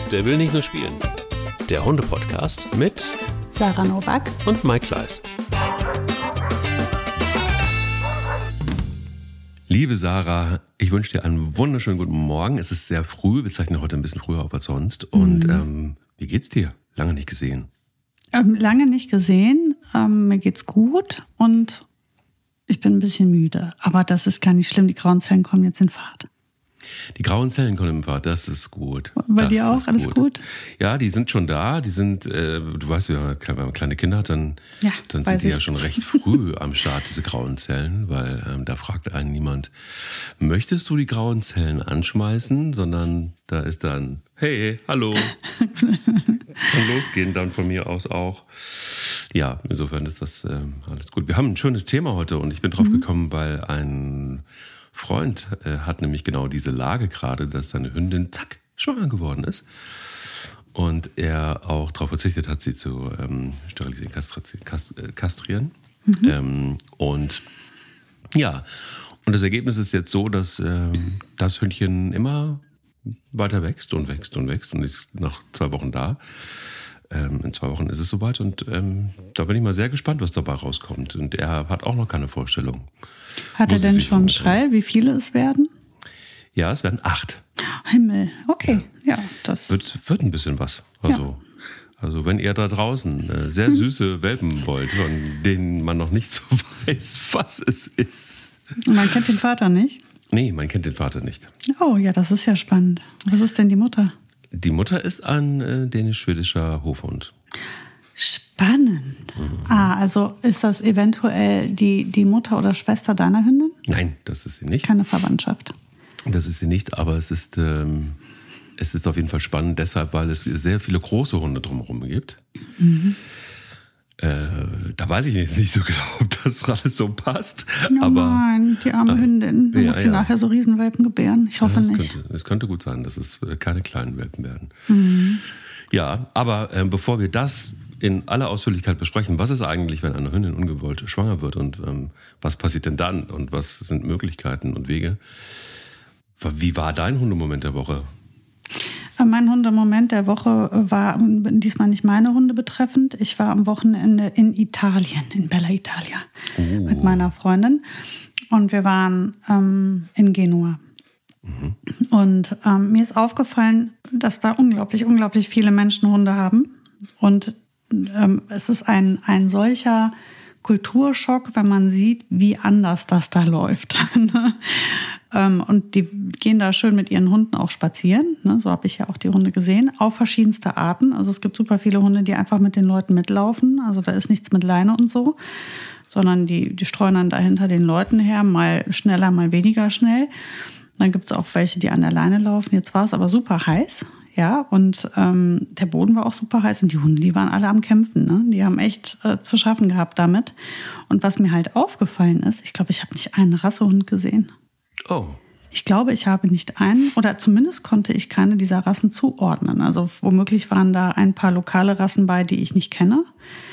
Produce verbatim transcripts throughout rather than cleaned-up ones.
Der will nicht nur spielen. Der Hunde-Podcast mit Sarah Nowak und Mike Kleiss. Liebe Sarah, ich wünsche dir einen wunderschönen guten Morgen. Es ist sehr früh, wir zeichnen heute ein bisschen früher auf als sonst. Und mhm. ähm, wie geht's dir? Lange nicht gesehen. Ähm, lange nicht gesehen. Ähm, mir geht's gut und ich bin ein bisschen müde. Aber das ist gar nicht schlimm, die grauen Zellen kommen jetzt in Fahrt. Die grauen Zellen kommen in Fahrt, das ist gut. Bei das dir auch? Alles gut. gut? Ja, die sind schon da. Die sind, äh, du weißt, wenn man kleine Kinder hat, dann, ja, dann sind die ich. ja schon recht früh am Start, diese grauen Zellen, weil ähm, da fragt einen niemand, möchtest du die grauen Zellen anschmeißen? Sondern da ist dann, hey, hallo. Kann losgehen dann von mir aus auch. Ja, insofern ist das äh, alles gut. Wir haben ein schönes Thema heute und ich bin drauf mhm. gekommen, weil ein Freund äh, hat nämlich genau diese Lage gerade, dass seine Hündin, zack, schwanger geworden ist. Und er auch darauf verzichtet hat, sie zu ähm, sterilisieren, kastri- kast- äh, kastrieren. Mhm. Ähm, und ja, und das Ergebnis ist jetzt so, dass äh, das Hündchen immer weiter wächst und wächst und wächst und ist nach zwei Wochen da. Ähm, in zwei Wochen ist es soweit und ähm, da bin ich mal sehr gespannt, was dabei rauskommt. Und er hat auch noch keine Vorstellung. Hat er denn schon einen Stall, wie viele es werden? Ja, es werden acht. Himmel, okay, ja. ja das wird, wird ein bisschen was. Also, ja. also wenn ihr da draußen äh, sehr süße Welpen wollt, von denen man noch nicht so weiß, was es ist. Und man kennt den Vater nicht? Nee, man kennt den Vater nicht. Oh ja, das ist ja spannend. Was ist denn die Mutter? Die Mutter ist ein äh, dänisch-schwedischer Hofhund. Spannend. Mhm. Ah, also ist das eventuell die, die Mutter oder Schwester deiner Hündin? Nein, das ist sie nicht. Keine Verwandtschaft. Das ist sie nicht, aber es ist, ähm, es ist auf jeden Fall spannend, deshalb, weil es sehr viele große Hunde drumherum gibt. Mhm. Äh, da weiß ich jetzt nicht so genau, ob das alles so passt. Oh aber, nein, die arme äh, Hündin. Du ja, musst sie ja. nachher so Riesenwelpen gebären. Ich hoffe ja, das nicht. Könnte, es könnte gut sein, dass es keine kleinen Welpen werden. Mhm. Ja, aber äh, bevor wir das in aller Ausführlichkeit besprechen, was ist eigentlich, wenn eine Hündin ungewollt schwanger wird und ähm, was passiert denn dann und was sind Möglichkeiten und Wege? Wie war dein Hundemoment der Woche? Mein Hundemoment der Woche war diesmal nicht meine Hunde betreffend. Ich war am Wochenende in Italien, in Bella Italia, oh. mit meiner Freundin. Und wir waren ähm, in Genua. Mhm. Und ähm, mir ist aufgefallen, dass da unglaublich, unglaublich viele Menschen Hunde haben. Und ähm, es ist ein, ein solcher Kulturschock, wenn man sieht, wie anders das da läuft. Und die gehen da schön mit ihren Hunden auch spazieren. So habe ich ja auch die Hunde gesehen, auf verschiedenste Arten. Also es gibt super viele Hunde, die einfach mit den Leuten mitlaufen. Also da ist nichts mit Leine und so, sondern die, die streuen dann da hinter den Leuten her, mal schneller, mal weniger schnell. Dann gibt es auch welche, die an der Leine laufen. Jetzt war es aber super heiß. Ja, und ähm, der Boden war auch super heiß und die Hunde, die waren alle am Kämpfen. Ne? Die haben echt äh, zu schaffen gehabt damit. Und was mir halt aufgefallen ist, ich glaube, ich habe nicht einen Rassehund gesehen. Oh. Ich glaube, ich habe nicht einen, oder zumindest konnte ich keine dieser Rassen zuordnen. Also womöglich waren da ein paar lokale Rassen bei, die ich nicht kenne.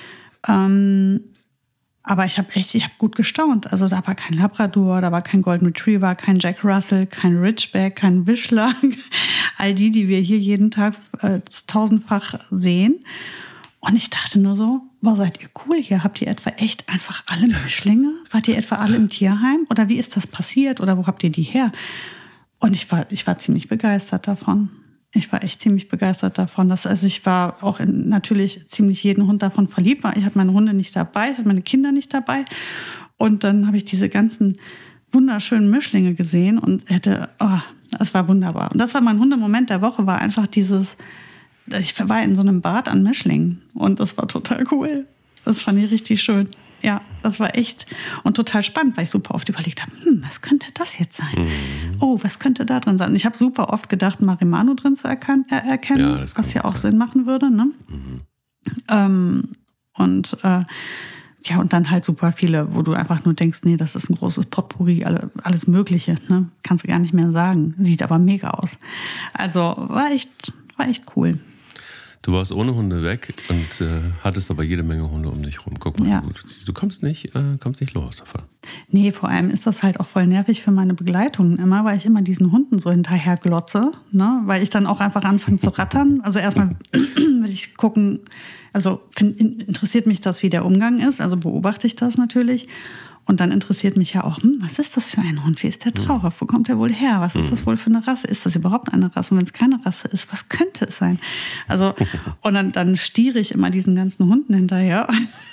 Ähm, aber ich habe echt, ich habe gut gestaunt. Also da war kein Labrador, da war kein Golden Retriever, kein Jack Russell, kein Ridgeback, kein Wischler. All die, die wir hier jeden Tag äh, tausendfach sehen. Und ich dachte nur so, boah, seid ihr cool hier? Habt ihr etwa echt einfach alle Mischlinge? Wart ihr etwa alle im Tierheim? Oder wie ist das passiert? Oder wo habt ihr die her? Und ich war, ich war ziemlich begeistert davon. Ich war echt ziemlich begeistert davon. Dass, also ich war auch in, natürlich ziemlich jeden Hund davon verliebt. Ich hatte meine Hunde nicht dabei, ich hatte meine Kinder nicht dabei. Und dann habe ich diese ganzen wunderschönen Mischlinge gesehen und hätte, oh, das war wunderbar. Und das war mein Hundemoment der Woche, war einfach dieses, ich war in so einem Bad an Mischlingen und das war total cool. Das fand ich richtig schön. Ja, das war echt und total spannend, weil ich super oft überlegt habe, hm, was könnte das jetzt sein? Mhm. Oh, was könnte da drin sein? Und ich habe super oft gedacht, Marimano drin zu erkan- äh, erkennen, ja, was ja auch sein. Sinn machen würde. Ne? Mhm. Ähm, und äh, ja, und dann halt super viele, wo du einfach nur denkst, nee, das ist ein großes Potpourri, alles Mögliche, ne? Kannst du gar nicht mehr sagen. Sieht aber mega aus. Also war echt, war echt cool. Du warst ohne Hunde weg und äh, hattest aber jede Menge Hunde um dich rum. Guck mal, Ja. du, du kommst nicht, äh, kommst nicht los davon. Nee, vor allem ist das halt auch voll nervig für meine Begleitungen immer, weil ich immer diesen Hunden so hinterher glotze, ne? Weil ich dann auch einfach anfange zu rattern. Also erstmal will ich gucken, also find, interessiert mich das, wie der Umgang ist, also beobachte ich das natürlich. Und dann interessiert mich ja auch, hm, was ist das für ein Hund? Wie ist der drauf? Wo kommt der wohl her? Was ist das wohl für eine Rasse? Ist das überhaupt eine Rasse? Und wenn es keine Rasse ist, was könnte es sein? Also, und dann, dann stiere ich immer diesen ganzen Hunden hinterher.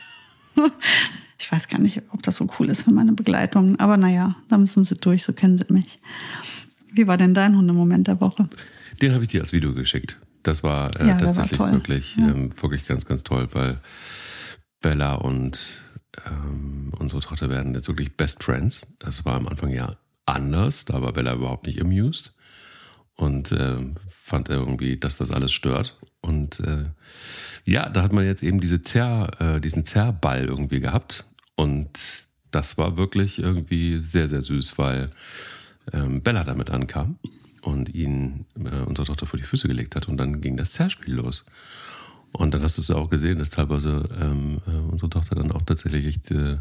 Ich weiß gar nicht, ob das so cool ist für meine Begleitung. Aber naja, da müssen sie durch, so kennen sie mich. Wie war denn dein Hundemoment der Woche? Den habe ich dir als Video geschickt. Das war äh, Ja, der tatsächlich war toll. wirklich, Ja. ähm, wirklich ganz, ganz toll, weil Bella und ähm, unsere Tochter werden jetzt wirklich Best Friends. Das war am Anfang ja anders, da war Bella überhaupt nicht amused und ähm, fand irgendwie, dass das alles stört. Und äh, ja, da hat man jetzt eben diese Zerr, äh, diesen Zerrball irgendwie gehabt und das war wirklich irgendwie sehr, sehr süß, weil ähm, Bella damit ankam und ihn äh, unsere Tochter vor die Füße gelegt hat und dann ging das Zerrspiel los. Und dann hast du es auch gesehen, dass teilweise ähm, äh, unsere Tochter dann auch tatsächlich echt äh,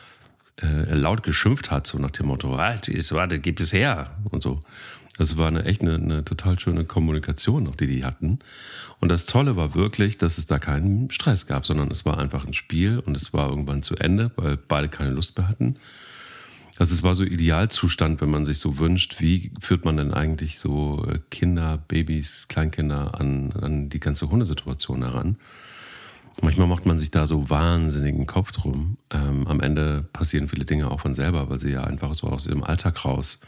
äh, laut geschimpft hat, so nach dem Motto, halt, ist, warte, gib es her und so. Das war eine echt eine, eine total schöne Kommunikation, noch die die hatten. Und das Tolle war wirklich, dass es da keinen Stress gab, sondern es war einfach ein Spiel und es war irgendwann zu Ende, weil beide keine Lust mehr hatten. Also es war so Idealzustand, wenn man sich so wünscht, wie führt man denn eigentlich so Kinder, Babys, Kleinkinder an, an die ganze Hundesituation heran. Manchmal macht man sich da so wahnsinnigen Kopf drum. Ähm, am Ende passieren viele Dinge auch von selber, weil sie ja einfach so aus ihrem Alltag raus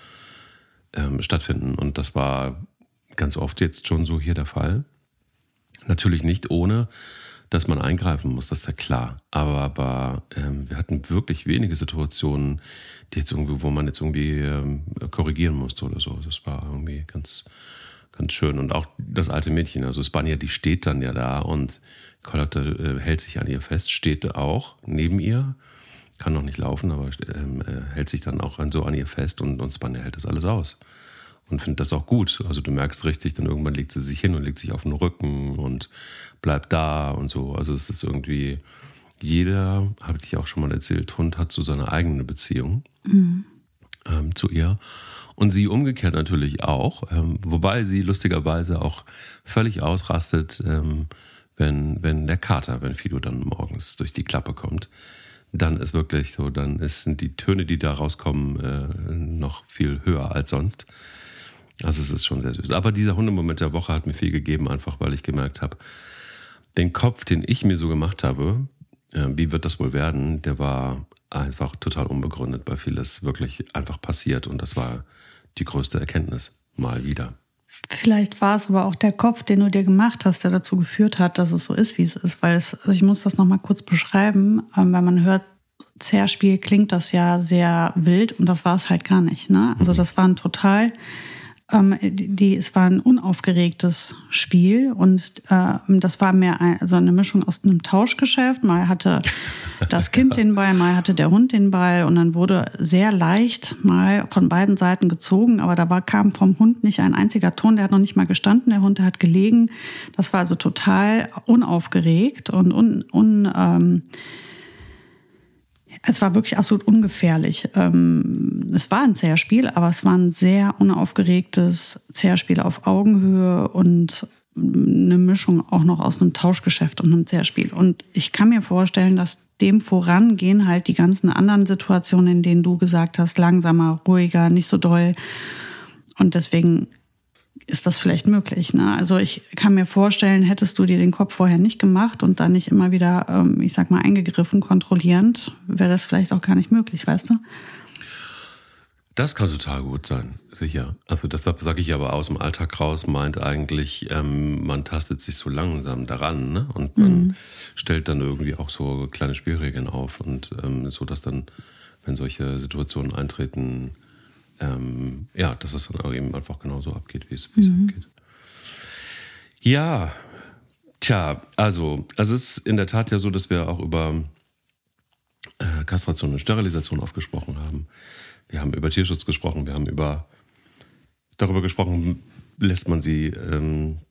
ähm, stattfinden. Und das war ganz oft jetzt schon so hier der Fall. Natürlich nicht ohne, dass man eingreifen muss, das ist ja klar. Aber, aber ähm, wir hatten wirklich wenige Situationen, die jetzt irgendwie, wo man jetzt irgendwie ähm, korrigieren musste oder so. Das war irgendwie ganz, ganz schön. Und auch das alte Mädchen, also Spanja, die steht dann ja da und Carlotta äh, hält sich an ihr fest, steht auch neben ihr, kann noch nicht laufen, aber ähm, äh, hält sich dann auch an, so an ihr fest und, und Spanja hält das alles aus. Und findet das auch gut. Also du merkst richtig, dann irgendwann legt sie sich hin und legt sich auf den Rücken und bleibt da und so. Also es ist irgendwie, jeder, habe ich auch schon mal erzählt, Hund hat so seine eigene Beziehung mhm. ähm, zu ihr. Und sie umgekehrt natürlich auch, ähm, wobei sie lustigerweise auch völlig ausrastet, ähm, wenn, wenn der Kater, wenn Fido dann morgens durch die Klappe kommt. Dann ist wirklich so, dann ist, sind die Töne, die da rauskommen, äh, noch viel höher als sonst. Also es ist schon sehr süß. Aber dieser Hundemoment der Woche hat mir viel gegeben, einfach weil ich gemerkt habe, den Kopf, den ich mir so gemacht habe, äh, wie wird das wohl werden, der war einfach total unbegründet, weil vieles wirklich einfach passiert. Und das war die größte Erkenntnis mal wieder. Vielleicht war es aber auch der Kopf, den du dir gemacht hast, der dazu geführt hat, dass es so ist, wie es ist. Weil es, also ich muss das nochmal kurz beschreiben, ähm, weil man hört, Zerrspiel klingt das ja sehr wild und das war es halt gar nicht. Ne? Also das war ein total... Die, es war ein unaufgeregtes Spiel und äh, das war mehr ein, also eine Mischung aus einem Tauschgeschäft. Mal hatte das Kind den Ball, mal hatte der Hund den Ball und dann wurde sehr leicht mal von beiden Seiten gezogen, aber da war, kam vom Hund nicht ein einziger Ton, der hat noch nicht mal gestanden, der Hund, der hat gelegen. Das war also total unaufgeregt und un, un ähm, es war wirklich absolut ungefährlich. Es war ein Zerrspiel, aber es war ein sehr unaufgeregtes Zerrspiel auf Augenhöhe und eine Mischung auch noch aus einem Tauschgeschäft und einem Zerrspiel. Und ich kann mir vorstellen, dass dem vorangehen halt die ganzen anderen Situationen, in denen du gesagt hast, langsamer, ruhiger, nicht so doll. Und deswegen ist das vielleicht möglich. Ne? Also ich kann mir vorstellen, hättest du dir den Kopf vorher nicht gemacht und dann nicht immer wieder, ähm, ich sag mal, eingegriffen, kontrollierend, wäre das vielleicht auch gar nicht möglich, weißt du? Das kann total gut sein, sicher. Also deshalb sage ich aber aus dem Alltag raus, meint eigentlich, ähm, man tastet sich so langsam daran, ne? Und man mhm. stellt dann irgendwie auch so kleine Spielregeln auf und ähm, so, dass dann, wenn solche Situationen eintreten, Ähm, ja, dass es dann auch eben einfach genauso abgeht, wie es, wie es mhm. abgeht. Ja, tja, also, also es ist in der Tat ja so, dass wir auch über äh, Kastration und Sterilisation aufgesprochen haben. Wir haben über Tierschutz gesprochen, wir haben über darüber gesprochen, lässt man sie ähm,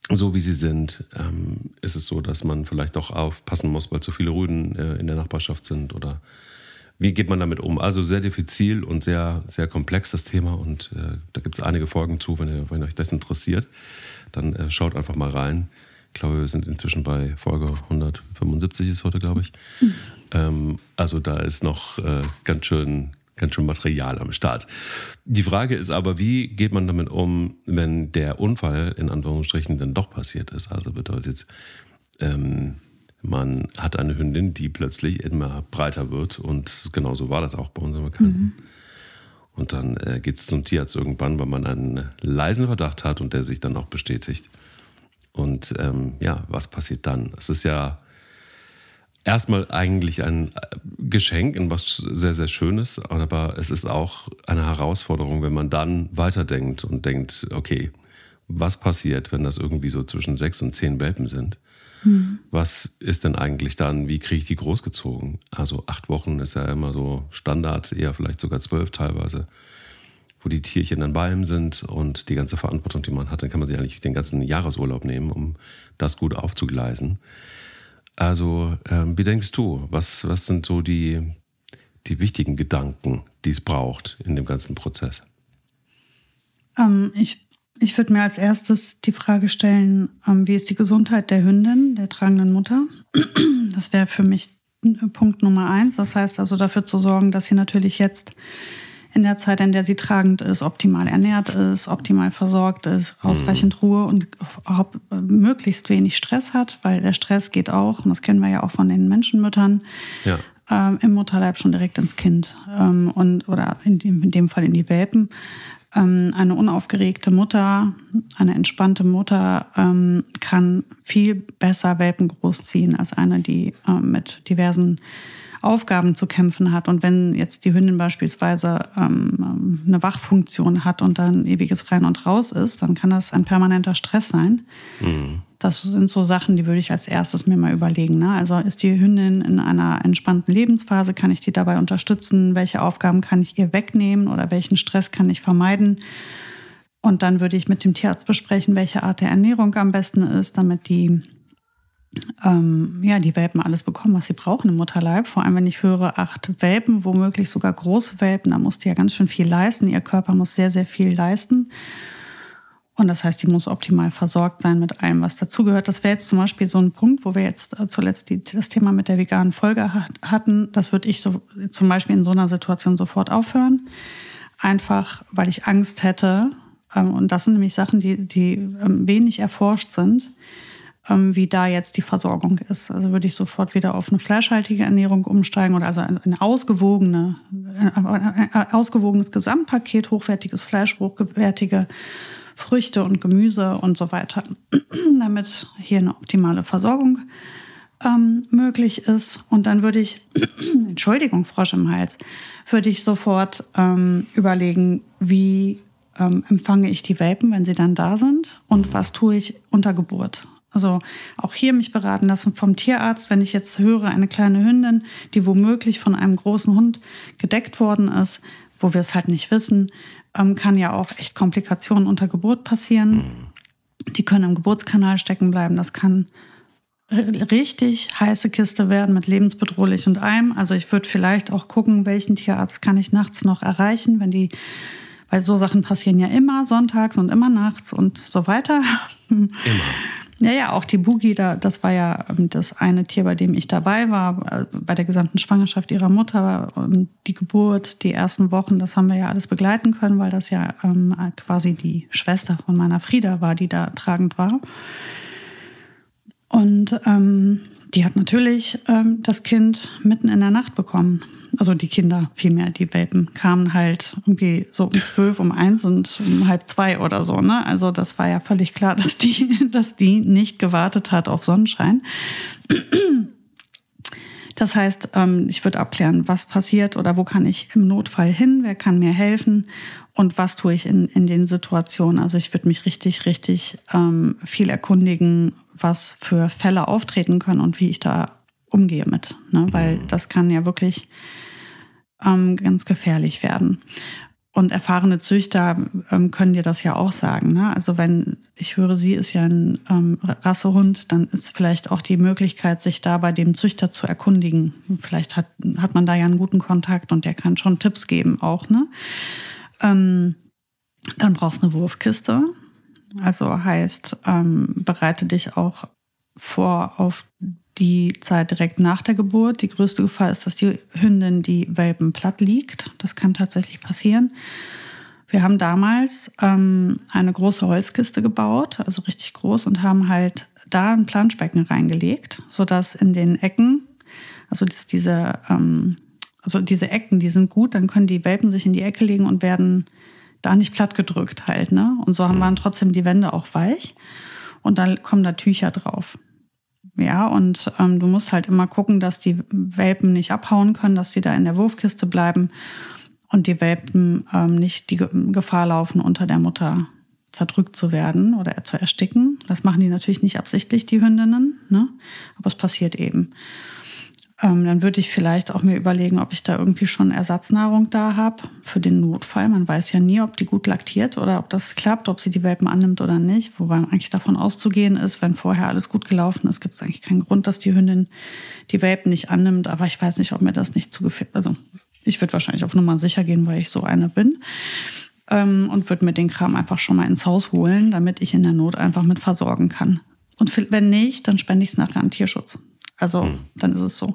so wie sie sind, ähm, ist es so, dass man vielleicht auch aufpassen muss, weil zu viele Rüden äh, in der Nachbarschaft sind oder wie geht man damit um? Also sehr diffizil und sehr, sehr komplex das Thema und äh, da gibt es einige Folgen zu, wenn, ihr, wenn euch das interessiert, dann äh, schaut einfach mal rein. Ich glaube, wir sind inzwischen bei Folge hundertfünfundsiebzig ist heute, glaube ich. Mhm. Ähm, also da ist noch äh, ganz schön ganz schön Material am Start. Die Frage ist aber, wie geht man damit um, wenn der Unfall in Anführungsstrichen dann doch passiert ist? Also bedeutet, ähm, man hat eine Hündin, die plötzlich immer breiter wird und genauso war das auch bei unserem Bekannten. Mhm. Und dann äh, geht es zum Tierarzt irgendwann, weil man einen leisen Verdacht hat und der sich dann auch bestätigt. Und ähm, ja, was passiert dann? Es ist ja erstmal eigentlich ein Geschenk in was sehr, sehr Schönes, aber es ist auch eine Herausforderung, wenn man dann weiterdenkt und denkt, okay, was passiert, wenn das irgendwie so zwischen sechs und zehn Welpen sind? Mhm. Was ist denn eigentlich dann, wie kriege ich die großgezogen? Also acht Wochen ist ja immer so Standard, eher vielleicht sogar zwölf teilweise, wo die Tierchen dann bei ihm sind und die ganze Verantwortung, die man hat, dann kann man sich eigentlich den ganzen Jahresurlaub nehmen, um das gut aufzugleisen. Also, ähm, wie denkst du, was, was sind so die, die wichtigen Gedanken, die es braucht in dem ganzen Prozess? Ähm, ich ich würde mir als erstes die Frage stellen, ähm, wie ist die Gesundheit der Hündin, der tragenden Mutter? Das wäre für mich Punkt Nummer eins. Das heißt also dafür zu sorgen, dass sie natürlich jetzt in der Zeit, in der sie tragend ist, optimal ernährt ist, optimal versorgt ist, ausreichend Ruhe und auch möglichst wenig Stress hat, weil der Stress geht auch, und das kennen wir ja auch von den Menschenmüttern, ja. ähm, im Mutterleib schon direkt ins Kind ähm, und oder in dem, in dem Fall in die Welpen. Ähm, eine unaufgeregte Mutter, eine entspannte Mutter ähm, kann viel besser Welpen großziehen als eine, die ähm, mit diversen Aufgaben zu kämpfen hat. Und wenn jetzt die Hündin beispielsweise ähm, eine Wachfunktion hat und dann ewiges Rein und Raus ist, dann kann das ein permanenter Stress sein. Mhm. Das sind so Sachen, die würde ich als erstes mir mal überlegen. Ne? Also ist die Hündin in einer entspannten Lebensphase? Kann ich die dabei unterstützen? Welche Aufgaben kann ich ihr wegnehmen oder welchen Stress kann ich vermeiden? Und dann würde ich mit dem Tierarzt besprechen, welche Art der Ernährung am besten ist, damit die Ähm, ja, die Welpen alles bekommen, was sie brauchen im Mutterleib. Vor allem, wenn ich höre, acht Welpen, womöglich sogar große Welpen, da muss die ja ganz schön viel leisten. Ihr Körper muss sehr, sehr viel leisten. Und das heißt, die muss optimal versorgt sein mit allem, was dazugehört. Das wäre jetzt zum Beispiel so ein Punkt, wo wir jetzt zuletzt die, das Thema mit der veganen Folge hat, hatten. Das würde ich so zum Beispiel in so einer Situation sofort aufhören. Einfach, weil ich Angst hätte. Ähm, und das sind nämlich Sachen, die, die ähm, wenig erforscht sind, wie da jetzt die Versorgung ist. Also würde ich sofort wieder auf eine fleischhaltige Ernährung umsteigen oder also ein, ein ausgewogene, ein ausgewogenes Gesamtpaket, hochwertiges Fleisch, hochwertige Früchte und Gemüse und so weiter, damit hier eine optimale Versorgung ähm, möglich ist. Und dann würde ich, Entschuldigung, Frosch im Hals, würde ich sofort ähm, überlegen, wie ähm, empfange ich die Welpen, wenn sie dann da sind und was tue ich unter Geburt. Also auch hier mich beraten lassen vom Tierarzt, wenn ich jetzt höre, eine kleine Hündin, die womöglich von einem großen Hund gedeckt worden ist, wo wir es halt nicht wissen, ähm, kann ja auch echt Komplikationen unter Geburt passieren. Die können im Geburtskanal stecken bleiben. Das kann richtig heiße Kiste werden mit lebensbedrohlich und allem. Also ich würde vielleicht auch gucken, welchen Tierarzt kann ich nachts noch erreichen, wenn die, weil so Sachen passieren ja immer sonntags und immer nachts und so weiter. Immer. Ja, ja, auch die Boogie, da, das war ja das eine Tier, bei dem ich dabei war, bei der gesamten Schwangerschaft ihrer Mutter, die Geburt, die ersten Wochen, das haben wir ja alles begleiten können, weil das ja ähm, quasi die Schwester von meiner Frieda war, die da tragend war. Und ähm, die hat natürlich ähm, das Kind mitten in der Nacht bekommen. Also die Kinder vielmehr, die Welpen kamen halt irgendwie so um zwölf, um eins und um halb zwei oder so. Ne? Also das war ja völlig klar, dass die, dass die nicht gewartet hat auf Sonnenschein. Das heißt, ich würde abklären, was passiert oder wo kann ich im Notfall hin, wer kann mir helfen und was tue ich in, in den Situationen. Also ich würde mich richtig, richtig ähm, viel erkundigen, was für Fälle auftreten können und wie ich da umgehe mit. Ne? Weil das kann ja wirklich ähm, ganz gefährlich werden. Und erfahrene Züchter ähm, können dir das ja auch sagen. Ne? Also wenn ich höre, sie ist ja ein ähm, Rassehund, dann ist vielleicht auch die Möglichkeit, sich da bei dem Züchter zu erkundigen. Vielleicht hat, hat man da ja einen guten Kontakt und der kann schon Tipps geben auch. Ne? Ähm, dann brauchst du eine Wurfkiste. Also heißt, ähm, bereite dich auch vor auf die Zeit direkt nach der Geburt. Die größte Gefahr ist, dass die Hündin die Welpen platt liegt. Das kann tatsächlich passieren. Wir haben damals ähm, eine große Holzkiste gebaut, also richtig groß, und haben halt da ein Planschbecken reingelegt, sodass in den Ecken, also diese, ähm, also diese Ecken, die sind gut, dann können die Welpen sich in die Ecke legen und werden da nicht platt gedrückt halt, ne? Und so waren trotzdem die Wände auch weich. Und dann kommen da Tücher drauf. Ja, und ähm, du musst halt immer gucken, dass die Welpen nicht abhauen können, dass sie da in der Wurfkiste bleiben und die Welpen ähm, nicht die Gefahr laufen, unter der Mutter zerdrückt zu werden oder zu ersticken. Das machen die natürlich nicht absichtlich, die Hündinnen, ne? Aber es passiert eben. Ähm, dann würde ich vielleicht auch mir überlegen, ob ich da irgendwie schon Ersatznahrung da habe für den Notfall. Man weiß ja nie, ob die gut laktiert oder ob das klappt, ob sie die Welpen annimmt oder nicht. Wobei eigentlich davon auszugehen ist, wenn vorher alles gut gelaufen ist, gibt es eigentlich keinen Grund, dass die Hündin die Welpen nicht annimmt. Aber ich weiß nicht, ob mir das nicht zu gefährlich. Also ich würde wahrscheinlich auf Nummer sicher gehen, weil ich so eine bin. Ähm, und würde mir den Kram einfach schon mal ins Haus holen, damit ich in der Not einfach mit versorgen kann. Und wenn nicht, dann spende ich es nachher an Tierschutz. Also hm. dann ist es so.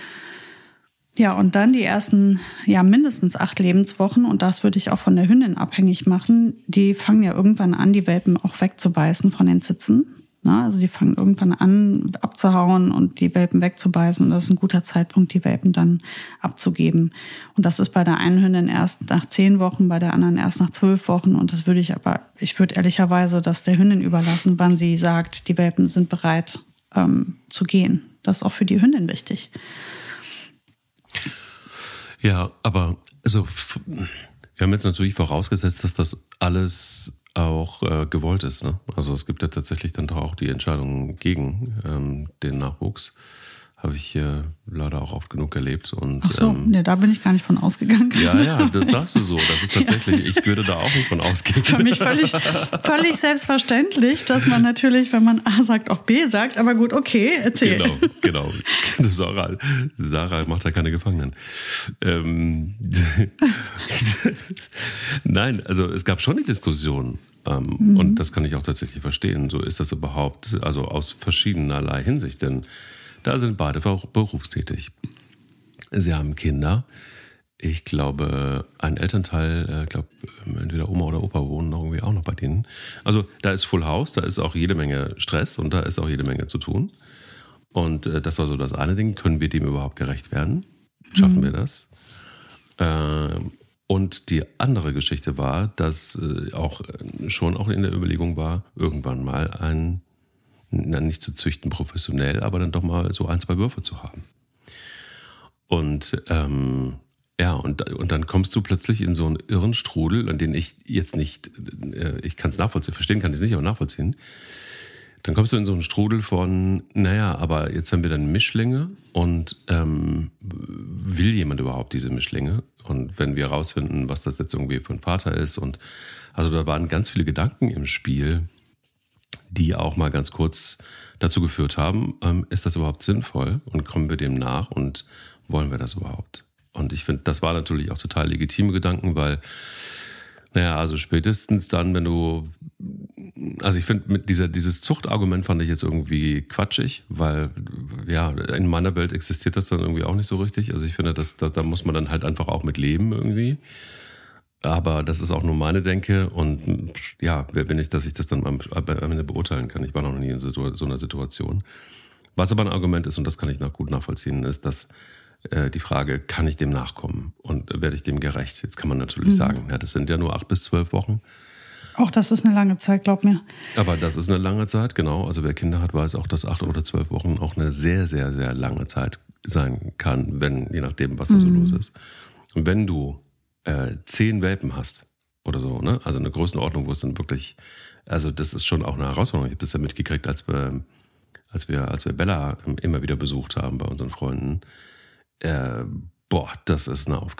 Ja, und dann die ersten, ja, mindestens acht Lebenswochen, und das würde ich auch von der Hündin abhängig machen, die fangen ja irgendwann an, die Welpen auch wegzubeißen von den Zitzen. Na, also die fangen irgendwann an, abzuhauen und die Welpen wegzubeißen. Und das ist ein guter Zeitpunkt, die Welpen dann abzugeben. Und das ist bei der einen Hündin erst nach zehn Wochen, bei der anderen erst nach zwölf Wochen. Und das würde ich aber, ich würde ehrlicherweise das der Hündin überlassen, wann sie sagt, die Welpen sind bereit ähm, zu gehen. Das ist auch für die Hündin wichtig. Ja, aber also wir haben jetzt natürlich vorausgesetzt, dass das alles auch äh, gewollt ist. Ne? Also es gibt ja tatsächlich dann doch auch die Entscheidung gegen ähm, den Nachwuchs. Habe ich äh, leider auch oft genug erlebt. Und, Ach so, ähm, nee, da bin ich gar nicht von ausgegangen. Ja, ja, das sagst du so. Das ist tatsächlich, ja. Ich würde da auch nicht von ausgehen. Für mich völlig, völlig selbstverständlich, dass man natürlich, wenn man A sagt, auch B sagt. Aber gut, okay, erzähl. Genau, genau. Sarah, Sarah macht ja keine Gefangenen. Ähm, Nein, also es gab schon die Diskussion. Ähm, mhm. Und das kann ich auch tatsächlich verstehen. So ist das überhaupt, also aus verschiedenerlei Hinsicht. Denn da sind beide berufstätig. Sie haben Kinder. Ich glaube, ein Elternteil, ich glaube, entweder Oma oder Opa wohnen irgendwie auch noch bei denen. Also da ist Full House, da ist auch jede Menge Stress und da ist auch jede Menge zu tun. Und das war so das eine Ding. Können wir dem überhaupt gerecht werden? Schaffen mhm. wir das? Und die andere Geschichte war, dass auch schon auch in der Überlegung war, irgendwann mal ein nicht zu züchten professionell, aber dann doch mal so ein, zwei Würfe zu haben. Und ähm, ja, und, und dann kommst du plötzlich in so einen irren Strudel, an den ich jetzt nicht, äh, ich kann es nachvollziehen, verstehen kann ich es nicht, aber nachvollziehen. Dann kommst du in so einen Strudel von, naja, aber jetzt haben wir dann Mischlinge und ähm, will jemand überhaupt diese Mischlinge? Und wenn wir herausfinden, was das jetzt irgendwie für ein Vater ist, und also da waren ganz viele Gedanken im Spiel, die auch mal ganz kurz dazu geführt haben, ähm, ist das überhaupt sinnvoll und kommen wir dem nach und wollen wir das überhaupt? Und ich finde, das war natürlich auch total legitime Gedanken, weil, naja, also spätestens dann, wenn du, also ich finde, mit dieser, dieses Zuchtargument fand ich jetzt irgendwie quatschig, weil, ja, in meiner Welt existiert das dann irgendwie auch nicht so richtig. Also ich finde, das, da, da muss man dann halt einfach auch mit leben irgendwie. Aber das ist auch nur meine Denke und ja, wer bin ich, dass ich das dann am Ende beurteilen kann? Ich war noch nie in so einer Situation. Was aber ein Argument ist, und das kann ich noch gut nachvollziehen, ist, dass äh, die Frage, kann ich dem nachkommen und werde ich dem gerecht? Jetzt kann man natürlich mhm. sagen, ja, das sind ja nur acht bis zwölf Wochen. Auch das ist eine lange Zeit, glaub mir. Aber das ist eine lange Zeit, genau. Also wer Kinder hat, weiß auch, dass acht oder zwölf Wochen auch eine sehr, sehr, sehr lange Zeit sein kann, wenn, je nachdem, was da so mhm. los ist. Und wenn du Äh, zehn Welpen hast oder so, ne? Also eine Größenordnung, wo es dann wirklich, also das ist schon auch eine Herausforderung. Ich habe das ja mitgekriegt, als wir, als wir, als wir Bella immer wieder besucht haben bei unseren Freunden. Äh, boah, das ist eine Aufgabe.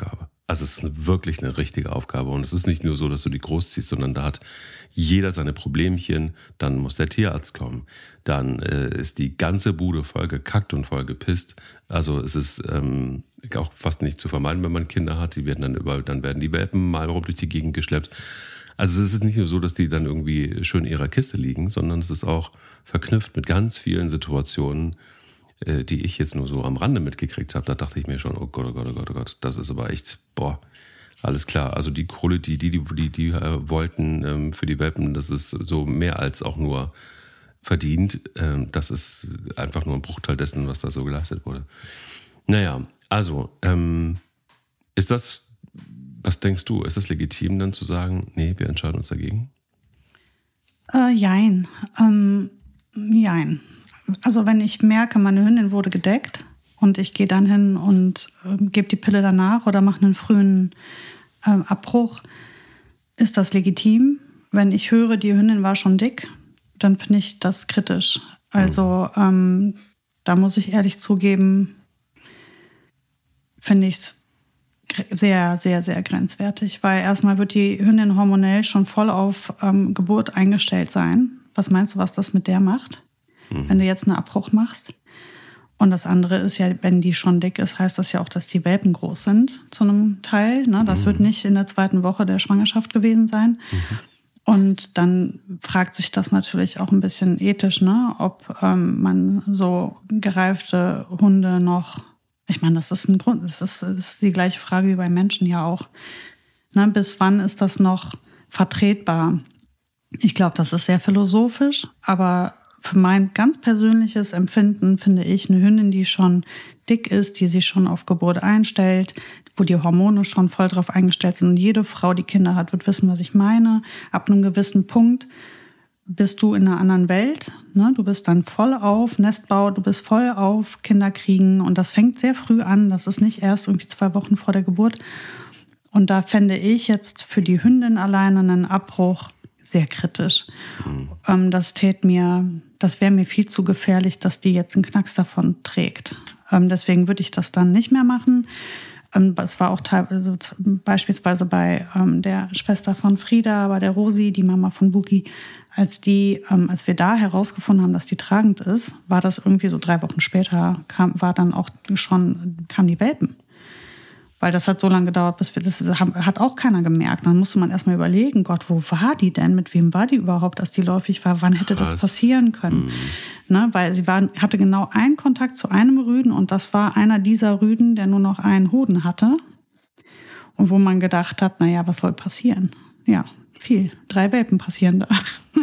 Also es ist wirklich eine richtige Aufgabe. Und es ist nicht nur so, dass du die großziehst, sondern da hat jeder seine Problemchen. Dann muss der Tierarzt kommen. Dann äh, ist die ganze Bude voll gekackt und voll gepisst. Also es ist ähm, auch fast nicht zu vermeiden, wenn man Kinder hat. Die werden dann überall, dann werden die Welpen mal rum durch die Gegend geschleppt. Also es ist nicht nur so, dass die dann irgendwie schön in ihrer Kiste liegen, sondern es ist auch verknüpft mit ganz vielen Situationen, die ich jetzt nur so am Rande mitgekriegt habe. Da dachte ich mir schon, oh Gott, oh Gott, oh Gott, oh Gott, das ist aber echt, boah, alles klar. Also die Kohle, die die, die, die, die äh, wollten ähm, für die Welpen, das ist so mehr als auch nur verdient. Ähm, das ist einfach nur ein Bruchteil dessen, was da so geleistet wurde. Naja, also, ähm, ist das, was denkst du, ist das legitim dann zu sagen, nee, wir entscheiden uns dagegen? Äh, jein. Ähm, jein. Also wenn ich merke, meine Hündin wurde gedeckt und ich gehe dann hin und äh, gebe die Pille danach oder mache einen frühen äh, Abbruch, ist das legitim. Wenn ich höre, die Hündin war schon dick, dann finde ich das kritisch. Also ähm, da muss ich ehrlich zugeben, finde ich es sehr, sehr, sehr grenzwertig. Weil erstmal wird die Hündin hormonell schon voll auf ähm, Geburt eingestellt sein. Was meinst du, was das mit der macht? Wenn du jetzt einen Abbruch machst. Und das andere ist ja, wenn die schon dick ist, heißt das ja auch, dass die Welpen groß sind zu einem Teil. Ne? Das mhm. wird nicht in der zweiten Woche der Schwangerschaft gewesen sein. Mhm. Und dann fragt sich das natürlich auch ein bisschen ethisch, ne? Ob ähm, man so gereifte Hunde noch, ich meine, das ist ein Grund, das ist, das ist die gleiche Frage wie bei Menschen ja auch. Ne? Bis wann ist das noch vertretbar? Ich glaube, das ist sehr philosophisch, aber für mein ganz persönliches Empfinden finde ich eine Hündin, die schon dick ist, die sich schon auf Geburt einstellt, wo die Hormone schon voll drauf eingestellt sind. Und jede Frau, die Kinder hat, wird wissen, was ich meine. Ab einem gewissen Punkt bist du in einer anderen Welt. Ne? Du bist dann voll auf Nestbau, du bist voll auf Kinderkriegen. Und das fängt sehr früh an. Das ist nicht erst irgendwie zwei Wochen vor der Geburt. Und da fände ich jetzt für die Hündin alleine einen Abbruch sehr kritisch. Mhm. Ähm, das tät mir, das wäre mir viel zu gefährlich, dass die jetzt einen Knacks davon trägt. Ähm, deswegen würde ich das dann nicht mehr machen. Ähm, es war auch teilweise, beispielsweise bei ähm, der Schwester von Frieda, bei der Rosi, die Mama von Buki, als die, ähm, als wir da herausgefunden haben, dass die tragend ist, war das irgendwie so drei Wochen später, kam, war dann auch schon, kamen die Welpen. Weil das hat so lange gedauert, bis wir das hat auch keiner gemerkt. Dann musste man erstmal überlegen, Gott, wo war die denn? Mit wem war die überhaupt, als die läufig war? Wann hätte Krass. das passieren können? Mhm. Ne, weil sie war, hatte genau einen Kontakt zu einem Rüden und das war einer dieser Rüden, der nur noch einen Hoden hatte. Und wo man gedacht hat, naja, was soll passieren? Ja, viel. Drei Welpen passieren da.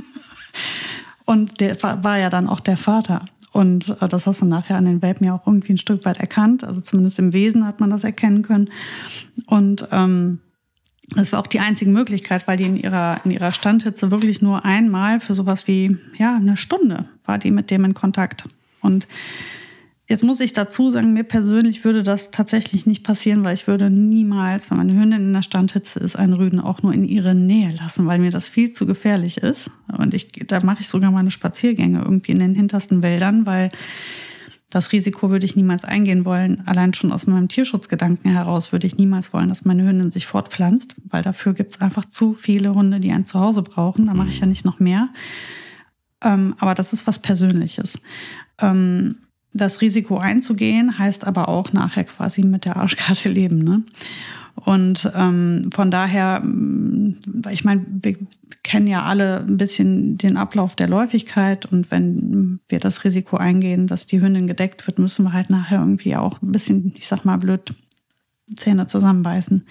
Und der war ja dann auch der Vater. Und das hast du nachher an den Welpen ja auch irgendwie ein Stück weit erkannt. Also zumindest im Wesen hat man das erkennen können. Und ähm, das war auch die einzige Möglichkeit, weil die in ihrer in ihrer Standhitze wirklich nur einmal für sowas wie ja eine Stunde war die mit dem in Kontakt. Und jetzt muss ich dazu sagen, mir persönlich würde das tatsächlich nicht passieren, weil ich würde niemals, wenn meine Hündin in der Standhitze ist, einen Rüden auch nur in ihre Nähe lassen, weil mir das viel zu gefährlich ist. Und ich, da mache ich sogar meine Spaziergänge irgendwie in den hintersten Wäldern, weil das Risiko würde ich niemals eingehen wollen. Allein schon aus meinem Tierschutzgedanken heraus würde ich niemals wollen, dass meine Hündin sich fortpflanzt, weil dafür gibt es einfach zu viele Hunde, die ein Zuhause brauchen. Da mache ich ja nicht noch mehr. Ähm, aber das ist was Persönliches. Ähm, Das Risiko einzugehen, heißt aber auch nachher quasi mit der Arschkarte leben, ne? Und ähm, von daher, ich meine, wir kennen ja alle ein bisschen den Ablauf der Läufigkeit und wenn wir das Risiko eingehen, dass die Hündin gedeckt wird, müssen wir halt nachher irgendwie auch ein bisschen, ich sag mal blöd, Zähne zusammenbeißen.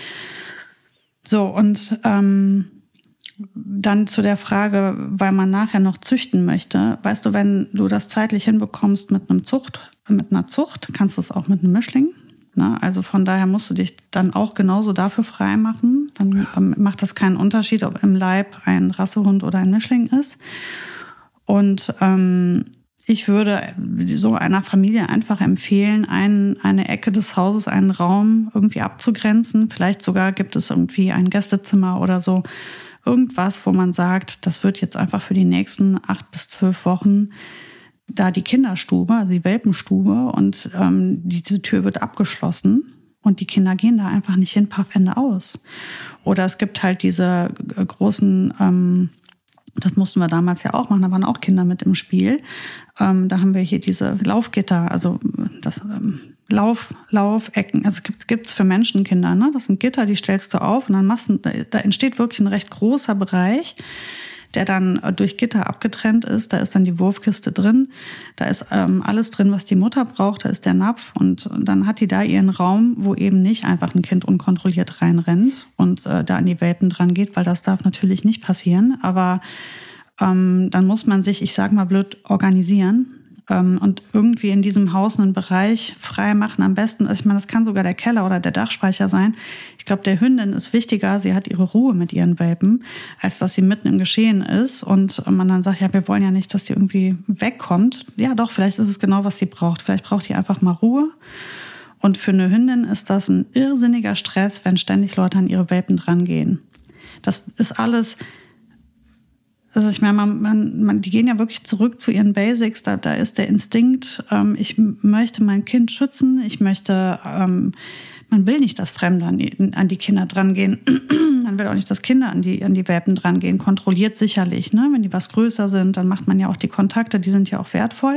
So, und ähm, dann zu der Frage, weil man nachher noch züchten möchte. Weißt du, wenn du das zeitlich hinbekommst mit einem Zucht, mit einer Zucht, kannst du es auch mit einem Mischling. Ne? Also von daher musst du dich dann auch genauso dafür frei machen. Dann macht das keinen Unterschied, ob im Leib ein Rassehund oder ein Mischling ist. Und ähm, ich würde so einer Familie einfach empfehlen, einen, eine Ecke des Hauses, einen Raum irgendwie abzugrenzen. Vielleicht sogar gibt es irgendwie ein Gästezimmer oder so. Irgendwas, wo man sagt, das wird jetzt einfach für die nächsten acht bis zwölf Wochen da die Kinderstube, also die Welpenstube und ähm, diese Tür wird abgeschlossen Und die Kinder gehen da einfach nicht hin, paff, Ende aus. Oder es gibt halt diese großen, ähm, das mussten wir damals ja auch machen, da waren auch Kinder mit im Spiel. Ähm, da haben wir hier diese Laufgitter, also das ähm, Lauf, Laufecken. Also gibt gibt's für Menschenkinder, ne? Das sind Gitter, die stellst du auf und dann machst du, da entsteht wirklich ein recht großer Bereich, der dann durch Gitter abgetrennt ist. Da ist dann die Wurfkiste drin. Da ist ähm, alles drin, was die Mutter braucht. Da ist der Napf. Und dann hat die da ihren Raum, wo eben nicht einfach ein Kind unkontrolliert reinrennt und äh, da an die Welpen dran geht, weil das darf natürlich nicht passieren. Aber ähm, dann muss man sich, ich sag mal blöd, organisieren. Und irgendwie in diesem Haus einen Bereich frei machen. Am besten, also ich meine, das kann sogar der Keller oder der Dachspeicher sein. Ich glaube, der Hündin ist wichtiger, sie hat ihre Ruhe mit ihren Welpen, als dass sie mitten im Geschehen ist und man dann sagt, ja, wir wollen ja nicht, dass die irgendwie wegkommt. Ja doch, vielleicht ist es genau, was sie braucht. Vielleicht braucht die einfach mal Ruhe. Und für eine Hündin ist das ein irrsinniger Stress, wenn ständig Leute an ihre Welpen drangehen. Das ist alles... Also ich meine, man, man, man, die gehen ja wirklich zurück zu ihren Basics. Da, da ist der Instinkt, ähm, ich möchte mein Kind schützen. Ich möchte, ähm, man will nicht, dass Fremde an die, an die Kinder drangehen. Man will auch nicht, dass Kinder an die, an die Welpen drangehen. Kontrolliert sicherlich, ne? Wenn die was größer sind, dann macht man ja auch die Kontakte, die sind ja auch wertvoll.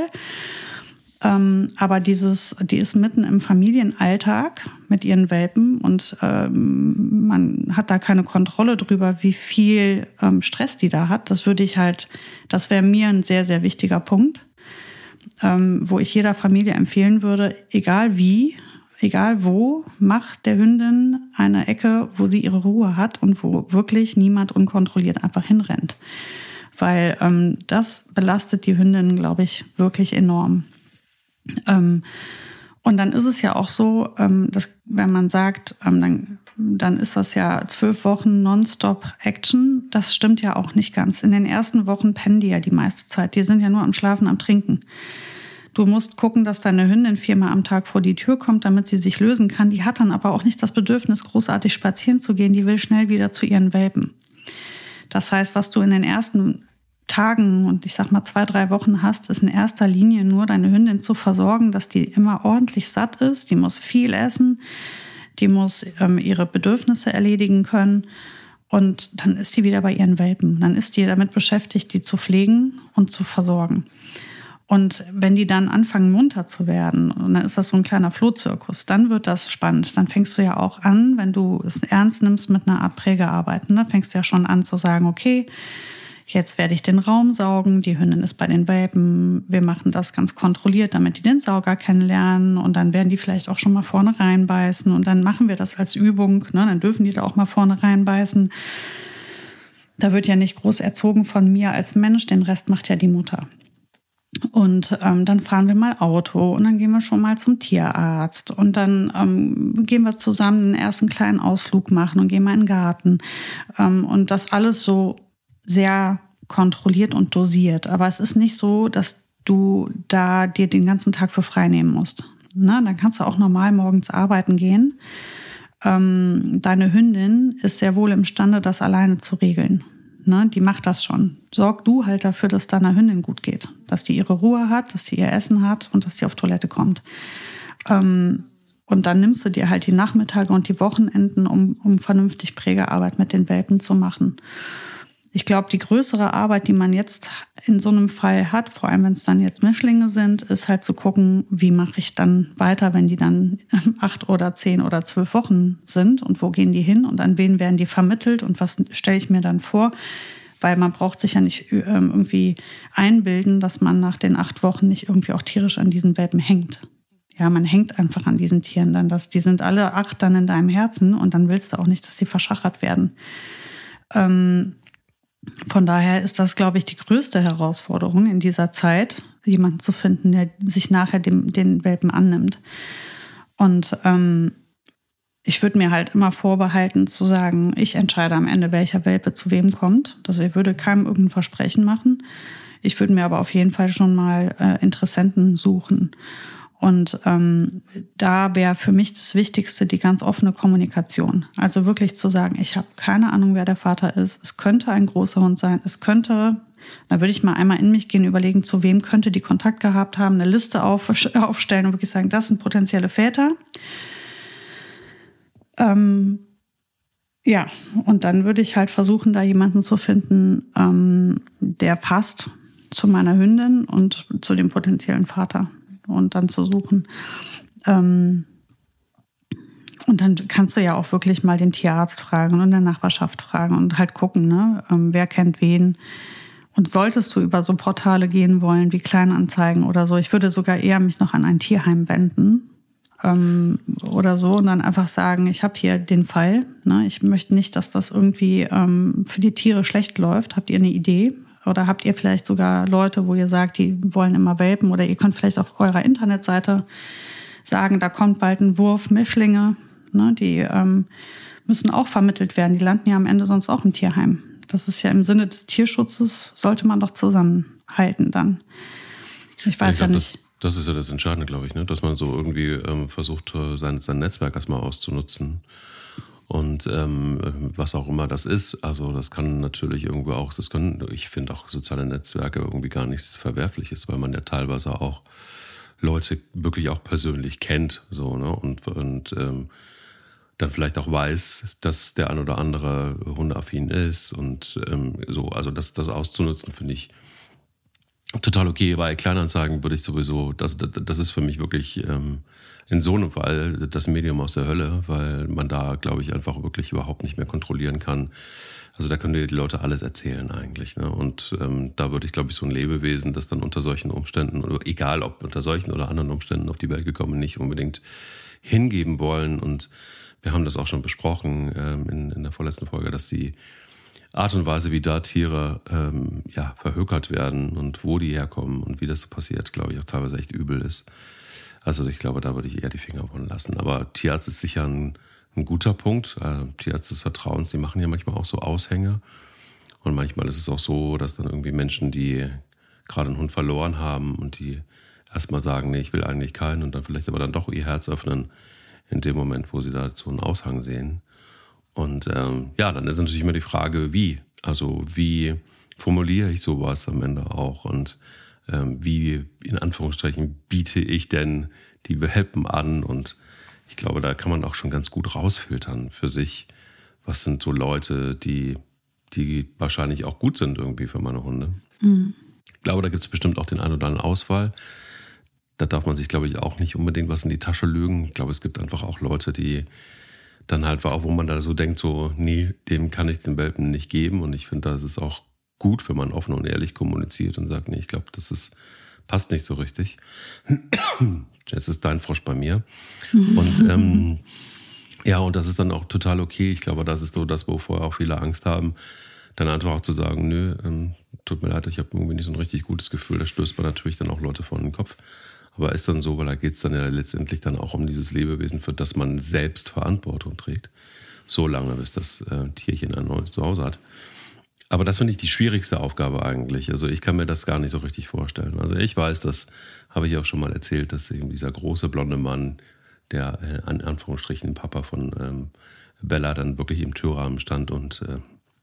Ähm, aber dieses, die ist mitten im Familienalltag mit ihren Welpen und ähm, man hat da keine Kontrolle drüber, wie viel ähm, Stress die da hat. Das würde ich halt, das wäre mir ein sehr, sehr wichtiger Punkt, ähm, wo ich jeder Familie empfehlen würde, egal wie, egal wo, macht der Hündin eine Ecke, wo sie ihre Ruhe hat und wo wirklich niemand unkontrolliert einfach hinrennt. Weil ähm, das belastet die Hündin, glaube ich, wirklich enorm. Ähm, und dann ist es ja auch so, ähm, dass wenn man sagt, ähm, dann, dann ist das ja zwölf Wochen Nonstop-Action. Das stimmt ja auch nicht ganz. In den ersten Wochen pennen die ja die meiste Zeit. Die sind ja nur am Schlafen, am Trinken. Du musst gucken, dass deine Hündin viermal am Tag vor die Tür kommt, damit sie sich lösen kann. Die hat dann aber auch nicht das Bedürfnis, großartig spazieren zu gehen. Die will schnell wieder zu ihren Welpen. Das heißt, was du in den ersten Tagen und ich sag mal zwei, drei Wochen hast, ist in erster Linie nur deine Hündin zu versorgen, dass die immer ordentlich satt ist. Die muss viel essen, die muss ähm, ihre Bedürfnisse erledigen können und dann ist sie wieder bei ihren Welpen. Dann ist die damit beschäftigt, die zu pflegen und zu versorgen. Und wenn die dann anfangen, munter zu werden, und dann ist das so ein kleiner Flohzirkus, dann wird das spannend. Dann fängst du ja auch an, wenn du es ernst nimmst mit einer Art Prägearbeiten, dann fängst du ja schon an zu sagen, okay, jetzt werde ich den Raum saugen, die Hündin ist bei den Welpen, wir machen das ganz kontrolliert, damit die den Sauger kennenlernen und dann werden die vielleicht auch schon mal vorne reinbeißen und dann machen wir das als Übung, ne? Dann dürfen die da auch mal vorne reinbeißen. Da wird ja nicht groß erzogen von mir als Mensch, den Rest macht ja die Mutter. Und ähm, dann fahren wir mal Auto und dann gehen wir schon mal zum Tierarzt und dann ähm, gehen wir zusammen einen ersten kleinen Ausflug machen und gehen mal in den Garten ähm, und das alles so sehr kontrolliert und dosiert. Aber es ist nicht so, dass du da dir den ganzen Tag für frei nehmen musst. Na, dann kannst du auch normal morgens arbeiten gehen. Ähm, deine Hündin ist sehr wohl imstande, das alleine zu regeln. Ne, die macht das schon. Sorg du halt dafür, dass deiner Hündin gut geht. Dass die ihre Ruhe hat, dass sie ihr Essen hat und dass die auf Toilette kommt. Ähm, und dann nimmst du dir halt die Nachmittage und die Wochenenden, um, um vernünftig Prägearbeit mit den Welpen zu machen. Ich glaube, die größere Arbeit, die man jetzt in so einem Fall hat, vor allem wenn es dann jetzt Mischlinge sind, ist halt zu gucken, wie mache ich dann weiter, wenn die dann acht oder zehn oder zwölf Wochen sind und wo gehen die hin und an wen werden die vermittelt und was stelle ich mir dann vor, weil man braucht sich ja nicht irgendwie einbilden, dass man nach den acht Wochen nicht irgendwie auch tierisch an diesen Welpen hängt. Ja, man hängt einfach an diesen Tieren dann, dass die sind alle acht dann in deinem Herzen und dann willst du auch nicht, dass die verschachert werden. Ähm, Von daher ist das, glaube ich, die größte Herausforderung in dieser Zeit, jemanden zu finden, der sich nachher dem, den Welpen annimmt. Und ähm, ich würde mir halt immer vorbehalten zu sagen, ich entscheide am Ende, welcher Welpe zu wem kommt. Also ich würde keinem irgendein Versprechen machen. Ich würde mir aber auf jeden Fall schon mal äh, Interessenten suchen. Und ähm, da wäre für mich das Wichtigste die ganz offene Kommunikation. Also wirklich zu sagen, ich habe keine Ahnung, wer der Vater ist. Es könnte ein großer Hund sein. Es könnte, da würde ich mal einmal in mich gehen, überlegen, zu wem könnte die Kontakt gehabt haben, eine Liste auf, aufstellen und wirklich sagen, das sind potenzielle Väter. Ähm, ja, und dann würde ich halt versuchen, da jemanden zu finden, ähm, der passt zu meiner Hündin und zu dem potenziellen Vater. Und dann zu suchen. Ähm, und dann kannst du ja auch wirklich mal den Tierarzt fragen und in der Nachbarschaft fragen und halt gucken, ne, ähm, wer kennt wen. Und solltest du über so Portale gehen wollen, wie Kleinanzeigen oder so, ich würde sogar eher mich noch an ein Tierheim wenden ähm, oder so und dann einfach sagen, ich habe hier den Fall, ne, ich möchte nicht, dass das irgendwie ähm, für die Tiere schlecht läuft. Habt ihr eine Idee? Oder habt ihr vielleicht sogar Leute, wo ihr sagt, die wollen immer welpen? Oder ihr könnt vielleicht auf eurer Internetseite sagen, da kommt bald ein Wurf Mischlinge. Ne, die ähm, müssen auch vermittelt werden. Die landen ja am Ende sonst auch im Tierheim. Das ist ja im Sinne des Tierschutzes, sollte man doch zusammenhalten dann. Ich weiß ja, ich glaub, ja nicht. Das, das ist ja das Entscheidende, glaube ich, ne? Dass man so irgendwie ähm, versucht, sein, sein Netzwerk erstmal auszunutzen. Und ähm, was auch immer das ist, also das kann natürlich irgendwo auch, das können, ich finde auch soziale Netzwerke irgendwie gar nichts Verwerfliches, weil man ja teilweise auch Leute wirklich auch persönlich kennt, so, ne, und, und ähm, dann vielleicht auch weiß, dass der ein oder andere hundeaffin ist und ähm, so, also das, das auszunutzen, finde ich total okay. Bei Kleinanzeigen würde ich sowieso, das, das ist für mich wirklich ähm, in so einem Fall das Medium aus der Hölle, weil man da, glaube ich, einfach wirklich überhaupt nicht mehr kontrollieren kann. Also da können dir die Leute alles erzählen eigentlich, ne? Und ähm, da würde ich, glaube ich, so ein Lebewesen, das dann unter solchen Umständen, oder egal ob unter solchen oder anderen Umständen auf die Welt gekommen, nicht unbedingt hingeben wollen. Und wir haben das auch schon besprochen ähm, in, in der vorletzten Folge, dass die Art und Weise, wie da Tiere ähm, ja, verhökert werden und wo die herkommen und wie das so passiert, glaube ich, auch teilweise echt übel ist. Also ich glaube, da würde ich eher die Finger von lassen. Aber Tierarzt ist sicher ein, ein guter Punkt. Äh, Tierarzt des Vertrauens, die machen ja manchmal auch so Aushänge. Und manchmal ist es auch so, dass dann irgendwie Menschen, die gerade einen Hund verloren haben und die erstmal sagen, nee, ich will eigentlich keinen und dann vielleicht aber dann doch ihr Herz öffnen in dem Moment, wo sie da so einen Aushang sehen. Und ähm, ja, dann ist natürlich immer die Frage, wie? Also wie formuliere ich sowas am Ende auch? Und ähm, wie, in Anführungsstrichen, biete ich denn die Welpen an? Und ich glaube, da kann man auch schon ganz gut rausfiltern für sich, was sind so Leute, die, die wahrscheinlich auch gut sind irgendwie für meine Hunde. Mhm. Ich glaube, da gibt es bestimmt auch den einen oder anderen Ausfall. Da darf man sich, glaube ich, auch nicht unbedingt was in die Tasche lügen. Ich glaube, es gibt einfach auch Leute, die dann halt war, auch wo man da so denkt, so, nee, dem kann ich den Welpen nicht geben. Und ich finde, das ist auch gut, wenn man offen und ehrlich kommuniziert und sagt, nee, ich glaube, das ist, passt nicht so richtig. Jetzt ist dein Frosch bei mir. Und ähm, ja, und das ist dann auch total okay. Ich glaube, das ist so das, wovor auch viele Angst haben, dann einfach auch zu sagen, nö, ähm, tut mir leid, ich habe irgendwie nicht so ein richtig gutes Gefühl. Da stößt man natürlich dann auch Leute vor den Kopf. Aber ist dann so, weil da geht es dann ja letztendlich dann auch um dieses Lebewesen, für das man selbst Verantwortung trägt. So lange, bis das äh, Tierchen ein neues Zuhause hat. Aber das finde ich die schwierigste Aufgabe eigentlich. Also ich kann mir das gar nicht so richtig vorstellen. Also ich weiß, das habe ich auch schon mal erzählt, dass eben dieser große blonde Mann, der äh, in Anführungsstrichen Papa von ähm, Bella, dann wirklich im Türrahmen stand und äh,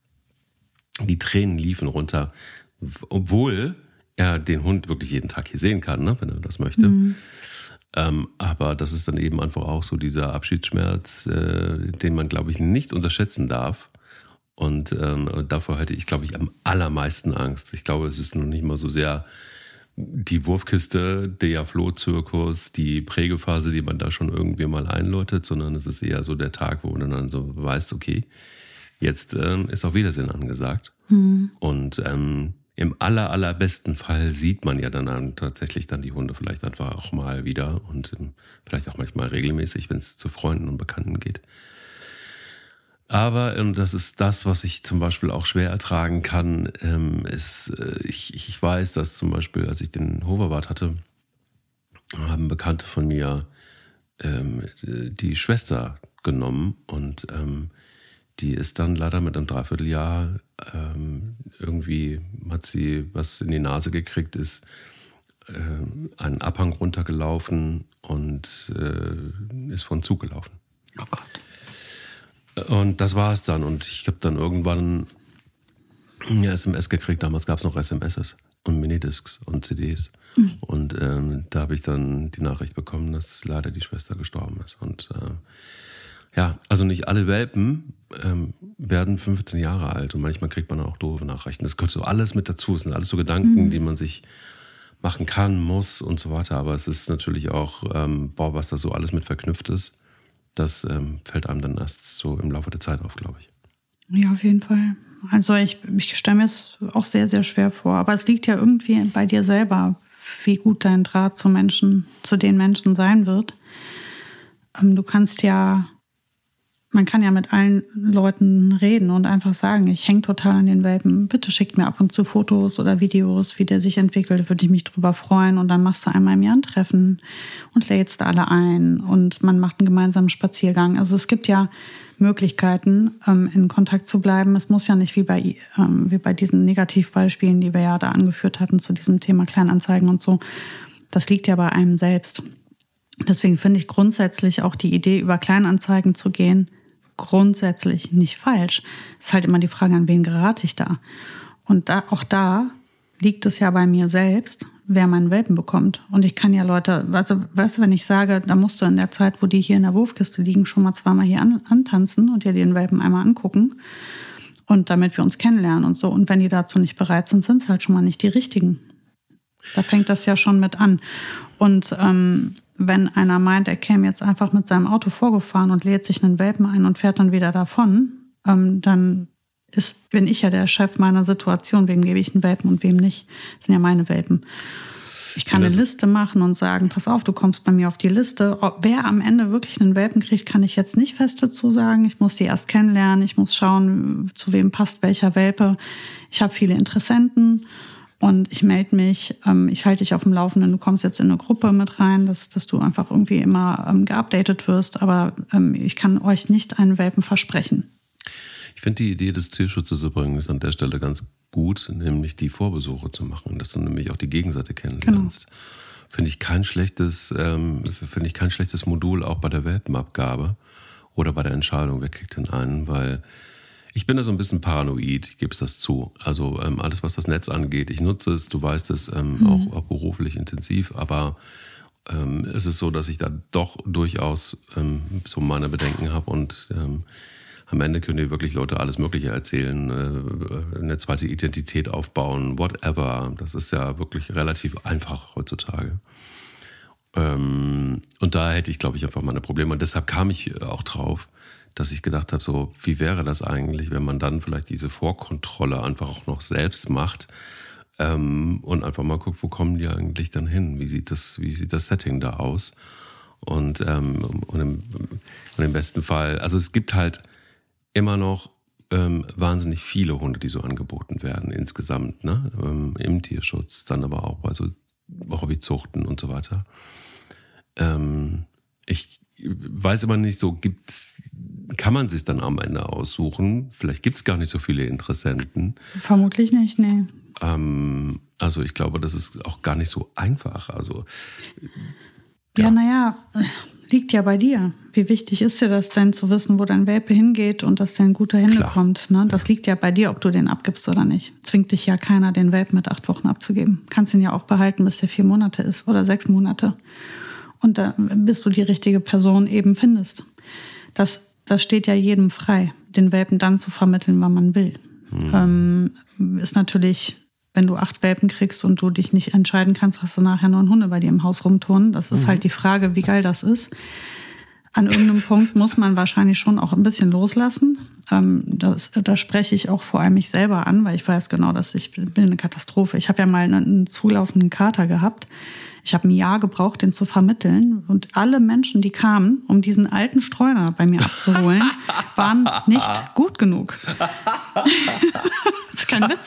die Tränen liefen runter, obwohl er den Hund wirklich jeden Tag hier sehen kann, ne, wenn er das möchte. Mhm. Ähm, aber das ist dann eben einfach auch so dieser Abschiedsschmerz, äh, den man, glaube ich, nicht unterschätzen darf. Und ähm, davor hätte ich, glaube ich, am allermeisten Angst. Ich glaube, es ist noch nicht mal so sehr die Wurfkiste, der Flohzirkus, die Prägephase, die man da schon irgendwie mal einläutet, sondern es ist eher so der Tag, wo man dann so weiß, okay, jetzt ähm, ist auf Wiedersehen angesagt. Mhm. Und ähm, im aller, allerbesten Fall sieht man ja dann, dann tatsächlich dann die Hunde vielleicht einfach auch mal wieder und ähm, vielleicht auch manchmal regelmäßig, wenn es zu Freunden und Bekannten geht. Aber, und das ist das, was ich zum Beispiel auch schwer ertragen kann, ähm, ist, äh, ich, ich weiß, dass zum Beispiel, als ich den Hoverwart hatte, haben Bekannte von mir ähm, die Schwester genommen und ähm, die ist dann leider mit einem Dreivierteljahr ähm, irgendwie, hat sie was in die Nase gekriegt, ist äh, einen Abhang runtergelaufen und äh, ist von Zug gelaufen. Oh Gott. Und das war es dann. Und ich habe dann irgendwann eine S M S gekriegt. Damals gab es noch S M Ses und Minidiscs und C Ds. Mhm. Und ähm, da habe ich dann die Nachricht bekommen, dass leider die Schwester gestorben ist. Und äh, Ja, also nicht alle Welpen ähm, werden fünfzehn Jahre alt und manchmal kriegt man auch doofe Nachrichten. Das gehört so alles mit dazu. Es sind alles so Gedanken, mhm. die man sich machen kann, muss und so weiter. Aber es ist natürlich auch, ähm, boah, was da so alles mit verknüpft ist, das ähm, fällt einem dann erst so im Laufe der Zeit auf, glaube ich. Ja, auf jeden Fall. Also ich, ich stelle mir es auch sehr, sehr schwer vor. Aber es liegt ja irgendwie bei dir selber, wie gut dein Draht zu Menschen, zu den Menschen sein wird. Ähm, du kannst ja, man kann ja mit allen Leuten reden und einfach sagen, ich hänge total an den Welpen. Bitte schickt mir ab und zu Fotos oder Videos, wie der sich entwickelt, würde ich mich drüber freuen. Und dann machst du einmal im Jahr ein Treffen und lädst da alle ein und man macht einen gemeinsamen Spaziergang. Also es gibt ja Möglichkeiten, ähm, in Kontakt zu bleiben. Es muss ja nicht wie bei, ähm, wie bei diesen Negativbeispielen, die wir ja da angeführt hatten zu diesem Thema Kleinanzeigen und so. Das liegt ja bei einem selbst. Deswegen finde ich grundsätzlich auch die Idee, über Kleinanzeigen zu gehen, grundsätzlich nicht falsch. Es ist halt immer die Frage, an wen gerate ich da? Und da, auch da liegt es ja bei mir selbst, wer meinen Welpen bekommt. Und ich kann ja Leute, also, weißt du, wenn ich sage, da musst du in der Zeit, wo die hier in der Wurfkiste liegen, schon mal zweimal hier an, antanzen und dir den Welpen einmal angucken. Und damit wir uns kennenlernen und so. Und wenn die dazu nicht bereit sind, sind es halt schon mal nicht die richtigen. Da fängt das ja schon mit an. Und ähm, wenn einer meint, er käme jetzt einfach mit seinem Auto vorgefahren und lädt sich einen Welpen ein und fährt dann wieder davon, ähm, dann ist, bin ich ja der Chef meiner Situation. Wem gebe ich einen Welpen und wem nicht? Das sind ja meine Welpen. Ich kann eine Liste machen und sagen, pass auf, du kommst bei mir auf die Liste. Wer am Ende wirklich einen Welpen kriegt, kann ich jetzt nicht fest dazu sagen. Ich muss die erst kennenlernen. Ich muss schauen, zu wem passt welcher Welpe. Ich habe viele Interessenten. Und ich melde mich, ähm, ich halte dich auf dem Laufenden, du kommst jetzt in eine Gruppe mit rein, dass, dass du einfach irgendwie immer ähm, geupdatet wirst, aber ähm, ich kann euch nicht einen Welpen versprechen. Ich finde die Idee des Tierschutzes übrigens an der Stelle ganz gut, nämlich die Vorbesuche zu machen, dass du nämlich auch die Gegenseite kennenlernst. Genau. Finde ich kein schlechtes, ähm, finde ich kein schlechtes Modul auch bei der Welpenabgabe oder bei der Entscheidung, wer kriegt denn einen, weil ich bin da so ein bisschen paranoid, ich gebe es das zu. Also ähm, alles, was das Netz angeht, ich nutze es, du weißt es, ähm, mhm. auch, auch beruflich intensiv, aber ähm, es ist so, dass ich da doch durchaus ähm, so meine Bedenken habe und ähm, am Ende können dir wirklich Leute alles Mögliche erzählen, äh, eine zweite Identität aufbauen, whatever. Das ist ja wirklich relativ einfach heutzutage. Ähm, und da hätte ich, glaube ich, einfach meine Probleme. Und deshalb kam ich auch drauf, dass ich gedacht habe, so, wie wäre das eigentlich, wenn man dann vielleicht diese Vorkontrolle einfach auch noch selbst macht ähm, und einfach mal guckt, wo kommen die eigentlich dann hin? Wie sieht das, wie sieht das Setting da aus? Und, ähm, und, im, und im besten Fall, also es gibt halt immer noch ähm, wahnsinnig viele Hunde, die so angeboten werden insgesamt, ne? Ähm, im Tierschutz, dann aber auch bei so Hobbyzuchten und so weiter. Ähm, ich weiß aber nicht so, gibt's, kann man sich dann am Ende aussuchen? Vielleicht gibt es gar nicht so viele Interessenten. Vermutlich nicht, nee. Ähm, also ich glaube, das ist auch gar nicht so einfach. Also ja, naja, liegt ja bei dir. Wie wichtig ist dir das denn zu wissen, wo dein Welpe hingeht und dass der in gute Hände Klar. kommt? Ne? Das ja. liegt ja bei dir, ob du den abgibst oder nicht. Zwingt dich ja keiner, den Welpen mit acht Wochen abzugeben. Kannst ihn ja auch behalten, bis der vier Monate ist oder sechs Monate. Und da, bis du die richtige Person eben findest. Das, das steht ja jedem frei, den Welpen dann zu vermitteln, wann man will. Mhm. Ähm, ist natürlich, wenn du acht Welpen kriegst und du dich nicht entscheiden kannst, hast du nachher nur einen Hunde bei dir im Haus rumturnen. Das ist mhm. halt die Frage, wie geil das ist. An irgendeinem Punkt muss man wahrscheinlich schon auch ein bisschen loslassen. Ähm, das, da spreche ich auch vor allem mich selber an, weil ich weiß genau, dass ich bin eine Katastrophe. Ich habe ja mal einen zulaufenden Kater gehabt. Ich habe ein Jahr gebraucht, den zu vermitteln. Und alle Menschen, die kamen, um diesen alten Streuner bei mir abzuholen, waren nicht gut genug. Das ist kein Witz.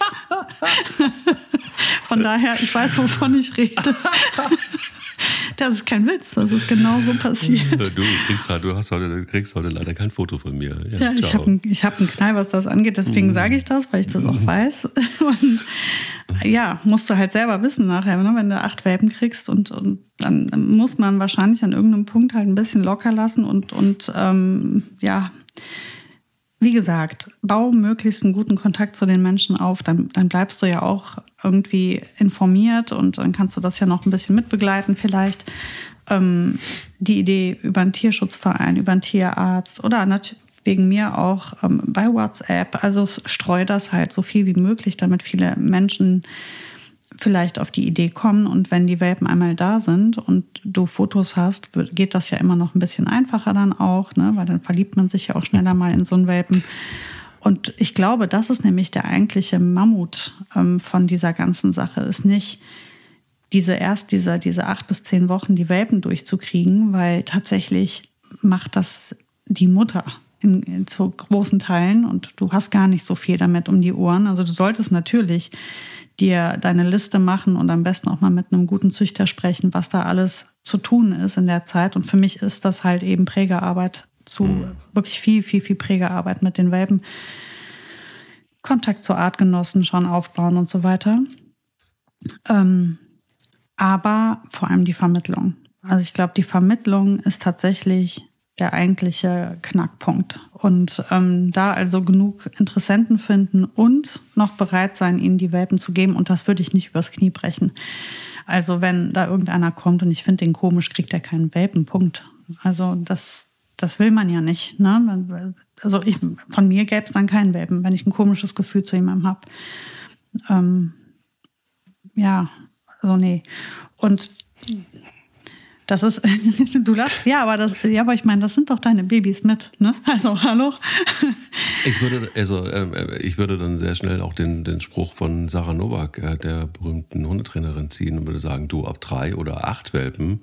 Von daher, ich weiß, wovon ich rede. Das ist kein Witz, das ist genau so passiert. Du kriegst, du hast heute, du kriegst heute leider kein Foto von mir. Ja, ja ich habe einen, ich hab einen Knall, was das angeht, deswegen mm. sage ich das, weil ich das auch weiß. Und ja, musst du halt selber wissen nachher, ne? Wenn du acht Welpen kriegst und, und dann muss man wahrscheinlich an irgendeinem Punkt halt ein bisschen locker lassen und, und ähm, ja, wie gesagt, bau möglichst einen guten Kontakt zu den Menschen auf, dann, dann bleibst du ja auch irgendwie informiert und dann kannst du das ja noch ein bisschen mitbegleiten vielleicht. ähm, die Idee über einen Tierschutzverein, über einen Tierarzt oder natürlich wegen mir auch ähm, bei WhatsApp. Also streu das halt so viel wie möglich, damit viele Menschen vielleicht auf die Idee kommen. Und wenn die Welpen einmal da sind und du Fotos hast, geht das ja immer noch ein bisschen einfacher dann auch, ne? Weil dann verliebt man sich ja auch schneller mal in so einen Welpen. Und ich glaube, das ist nämlich der eigentliche Mammut ähm, von dieser ganzen Sache, ist nicht diese erst diese, diese acht bis zehn Wochen die Welpen durchzukriegen, weil tatsächlich macht das die Mutter in, in zu großen Teilen und du hast gar nicht so viel damit um die Ohren. Also du solltest natürlich dir deine Liste machen und am besten auch mal mit einem guten Züchter sprechen, was da alles zu tun ist in der Zeit. Und für mich ist das halt eben Prägearbeit zu, mhm. wirklich viel, viel, viel Prägearbeit mit den Welpen. Kontakt zu Artgenossen schon aufbauen und so weiter. Ähm, aber vor allem die Vermittlung. Also ich glaube, die Vermittlung ist tatsächlich der eigentliche Knackpunkt. Und ähm, da also genug Interessenten finden und noch bereit sein, ihnen die Welpen zu geben. Und das würde ich nicht übers Knie brechen. Also wenn da irgendeiner kommt und ich finde den komisch, kriegt er keinen Welpen, Punkt. Also das, das will man ja nicht. Ne? Also ich, von mir gäbe es dann keinen Welpen, wenn ich ein komisches Gefühl zu jemandem habe. Ähm, ja, also nee. Und das ist, du lachst, ja, aber das, ja, aber ich meine, das sind doch deine Babys mit, ne? Also, hallo? Ich würde, also, äh, ich würde dann sehr schnell auch den, den Spruch von Sarah Novak, äh, der berühmten Hundetrainerin, ziehen und würde sagen, du, ab drei oder acht Welpen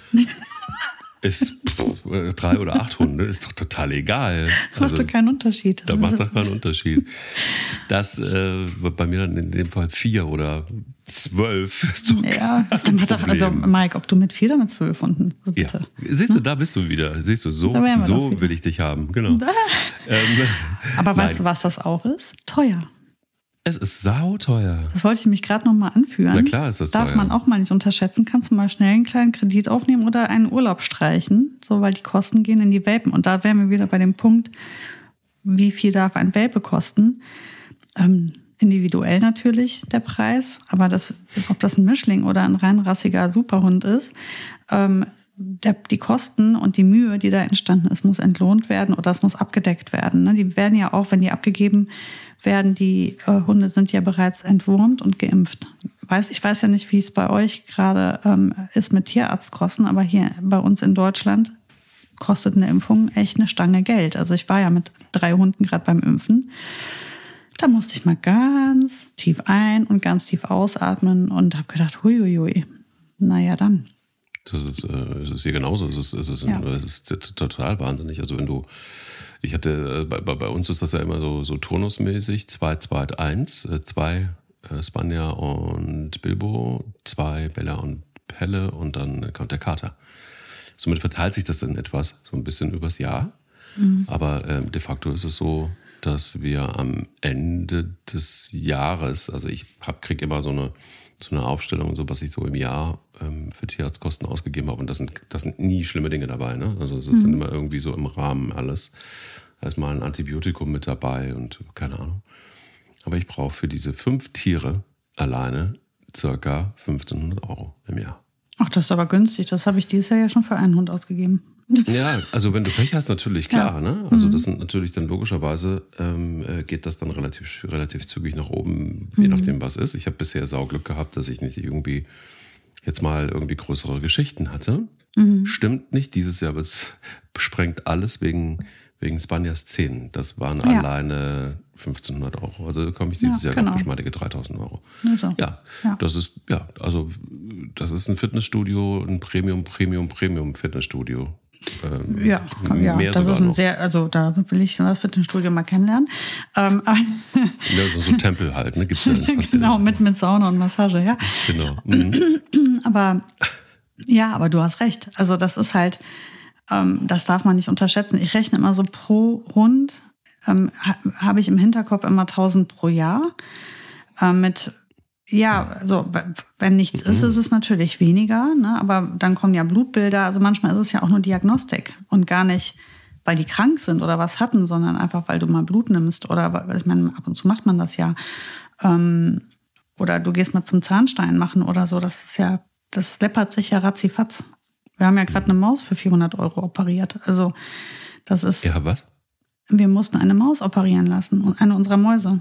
ist pff, drei oder acht Hunde, ist doch total egal. Das macht also, doch keinen Unterschied. Da macht doch keinen Unterschied. Das äh, wird bei mir dann in dem Fall vier oder zwölf. Ist doch ja, das macht doch, also Mike, ob du mit vier oder mit zwölf Hunden, also bitte. Ja. Siehst du, ne? Da bist du wieder. Siehst du, so, so will ich dich haben. Genau. ähm, Aber nein. Weißt du, was das auch ist? Teuer. Es ist sauteuer. Das wollte ich mich gerade noch mal anführen. Na klar ist das Darf teuer. man auch mal nicht unterschätzen. Kannst du mal schnell einen kleinen Kredit aufnehmen oder einen Urlaub streichen, so, weil die Kosten gehen in die Welpen. Und da wären wir wieder bei dem Punkt, wie viel darf ein Welpe kosten? Ähm, individuell natürlich der Preis, aber das, ob das ein Mischling oder ein reinrassiger Superhund ist, ähm, der, die Kosten und die Mühe, die da entstanden ist, muss entlohnt werden oder es muss abgedeckt werden. Ne? Die werden ja auch, wenn die abgegeben werden, die äh, Hunde sind ja bereits entwurmt und geimpft. Weiß, ich weiß ja nicht, wie es bei euch gerade ähm, ist mit Tierarztkosten, aber hier bei uns in Deutschland kostet eine Impfung echt eine Stange Geld. Also ich war ja mit drei Hunden gerade beim Impfen. Da musste ich mal ganz tief ein- und ganz tief ausatmen und habe gedacht, huiuiui, naja dann. Das ist, äh, das ist hier genauso. Es ist, es ist, ja. es ist total wahnsinnig. Also wenn du, ich hatte, bei, bei uns ist das ja immer so, so turnusmäßig, zwei, zwei, eins, zwei äh, Spanier und Bilbo, zwei Bella und Pelle und dann kommt der Kater. Somit verteilt sich das in etwas, so ein bisschen übers Jahr. Mhm. Aber äh, de facto ist es so, dass wir am Ende des Jahres, also ich hab, krieg immer so eine, so eine Aufstellung, so was ich so im Jahr ähm, für Tierarztkosten ausgegeben habe. Und das sind, das sind nie schlimme Dinge dabei. Ne? Also es ist mhm. immer irgendwie so im Rahmen alles. Da ist mal ein Antibiotikum mit dabei und keine Ahnung. Aber ich brauche für diese fünf Tiere alleine circa fünfzehnhundert Euro im Jahr. Ach, das ist aber günstig. Das habe ich dieses Jahr ja schon für einen Hund ausgegeben. Ja, also wenn du Pech hast, natürlich klar. Ja. Ne? Also mhm. das sind natürlich dann logischerweise, ähm, geht das dann relativ, relativ zügig nach oben, je mhm. nachdem was ist. Ich habe bisher Sauglück gehabt, dass ich nicht irgendwie jetzt mal irgendwie größere Geschichten hatte. Mhm. Stimmt nicht, dieses Jahr, aber es sprengt alles wegen, wegen Spaniers zehn. Das waren ja. alleine fünfzehnhundert Euro. Also komme ich dieses ja, Jahr genau. auf geschmeidige dreitausend Euro. Also, ja, ja, das ist, ja, also das ist ein Fitnessstudio, ein Premium, Premium, Premium Fitnessstudio. Ähm, ja, ja, mehr das ist ein noch. sehr, also da will ich das Fitnessstudio mal kennenlernen. Ähm, ja, so, so Tempel halt, ne? Gibt's ja genau, mit, mit Sauna und Massage, ja. Genau. Mhm. Aber ja, aber du hast recht. Also das ist halt, ähm, das darf man nicht unterschätzen. Ich rechne immer so pro Hund, ähm, ha, habe ich im Hinterkopf immer tausend pro Jahr. Äh, mit Ja, also wenn nichts ist, ist es natürlich weniger, ne? Aber dann kommen ja Blutbilder. Also manchmal ist es ja auch nur Diagnostik und gar nicht, weil die krank sind oder was hatten, sondern einfach, weil du mal Blut nimmst oder, ich meine, ab und zu macht man das ja. Ähm, oder du gehst mal zum Zahnstein machen oder so. Das ist ja, das läppert sich ja ratzifatz. Wir haben ja gerade eine Maus für vierhundert Euro operiert. Also das ist... Ja, was? Wir mussten eine Maus operieren lassen und eine unserer Mäuse.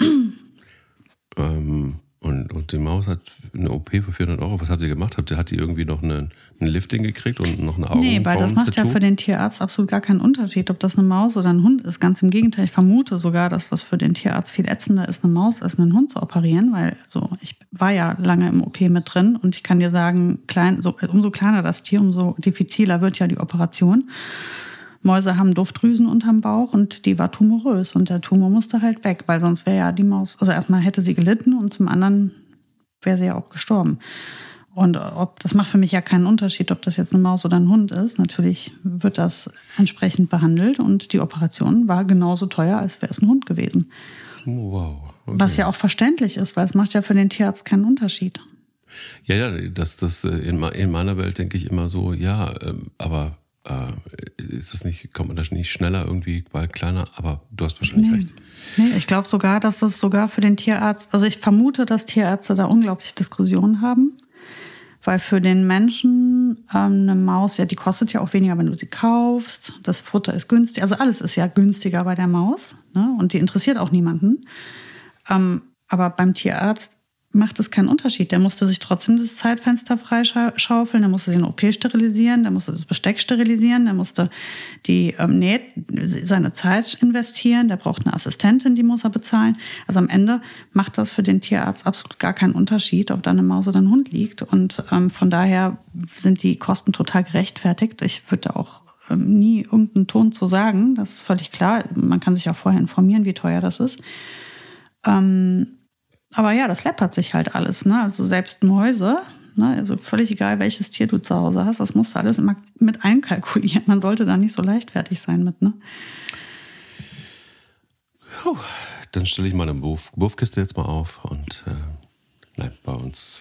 ähm, und, und die Maus hat eine O P für vierhundert Euro. Was habt ihr gemacht? Habt ihr, hat die irgendwie noch eine, ein Lifting gekriegt und noch eine Augenbrauen? Nee, weil das macht ja für den Tierarzt absolut gar keinen Unterschied, ob das eine Maus oder ein Hund ist. Ganz im Gegenteil, ich vermute sogar, dass das für den Tierarzt viel ätzender ist, eine Maus als einen Hund zu operieren, weil so, ich war ja lange im O P mit drin und ich kann dir sagen, klein, so, umso kleiner das Tier, umso diffiziler wird ja die Operation. Mäuse haben Duftdrüsen unterm Bauch und die war tumorös und der Tumor musste halt weg, weil sonst wäre ja die Maus, also erstmal hätte sie gelitten und zum anderen wäre sie ja auch gestorben. Und ob das macht für mich ja keinen Unterschied, ob das jetzt eine Maus oder ein Hund ist. Natürlich wird das entsprechend behandelt und die Operation war genauso teuer, als wäre es ein Hund gewesen. Wow. Okay. Was ja auch verständlich ist, weil es macht ja für den Tierarzt keinen Unterschied. Ja, ja, das, das in, in meiner Welt denke ich immer so, ja, aber ist es nicht, kommt man da nicht schneller irgendwie bei kleiner, aber du hast wahrscheinlich nee. recht. Nee, ich glaube sogar, dass das sogar für den Tierarzt, also ich vermute, dass Tierärzte da unglaublich Diskussionen haben, weil für den Menschen ähm, eine Maus, ja, die kostet ja auch weniger, wenn du sie kaufst, das Futter ist günstig, also alles ist ja günstiger bei der Maus, ne? Und die interessiert auch niemanden. Ähm, aber beim Tierarzt macht es keinen Unterschied. Der musste sich trotzdem das Zeitfenster freischaufeln, der musste den O P sterilisieren, der musste das Besteck sterilisieren, der musste die ähm, nee, seine Zeit investieren, der braucht eine Assistentin, die muss er bezahlen. Also am Ende macht das für den Tierarzt absolut gar keinen Unterschied, ob da eine Maus oder ein Hund liegt. Und ähm, von daher sind die Kosten total gerechtfertigt. Ich würde auch ähm, nie irgendeinen Ton zu sagen, das ist völlig klar. Man kann sich auch vorher informieren, wie teuer das ist. Ähm, Aber ja, das läppert sich halt alles, ne? Also selbst Mäuse, ne? Also völlig egal, welches Tier du zu Hause hast, das musst du alles immer mit einkalkulieren. Man sollte da nicht so leichtfertig sein mit, ne? Puh, dann stelle ich meine Wurf, Wurfkiste jetzt mal auf und äh, nein, bei uns.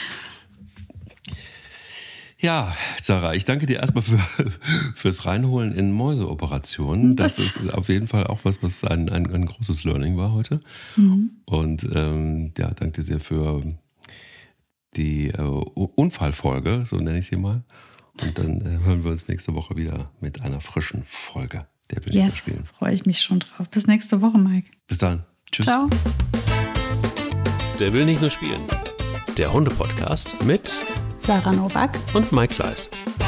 Ja, Sarah, ich danke dir erstmal für, fürs Reinholen in Mäuseoperationen. Das, das ist auf jeden Fall auch was, was ein, ein, ein großes Learning war heute. Mhm. Und ähm, ja, danke dir sehr für die äh, Unfallfolge, so nenne ich sie mal. Und dann äh, hören wir uns nächste Woche wieder mit einer frischen Folge. Der will yes, nicht nur spielen. Freue ich mich schon drauf. Bis nächste Woche, Mike. Bis dann. Tschüss. Ciao. Der will nicht nur spielen. Der Hunde-Podcast mit Sarah Nowak und Mike Kleiss.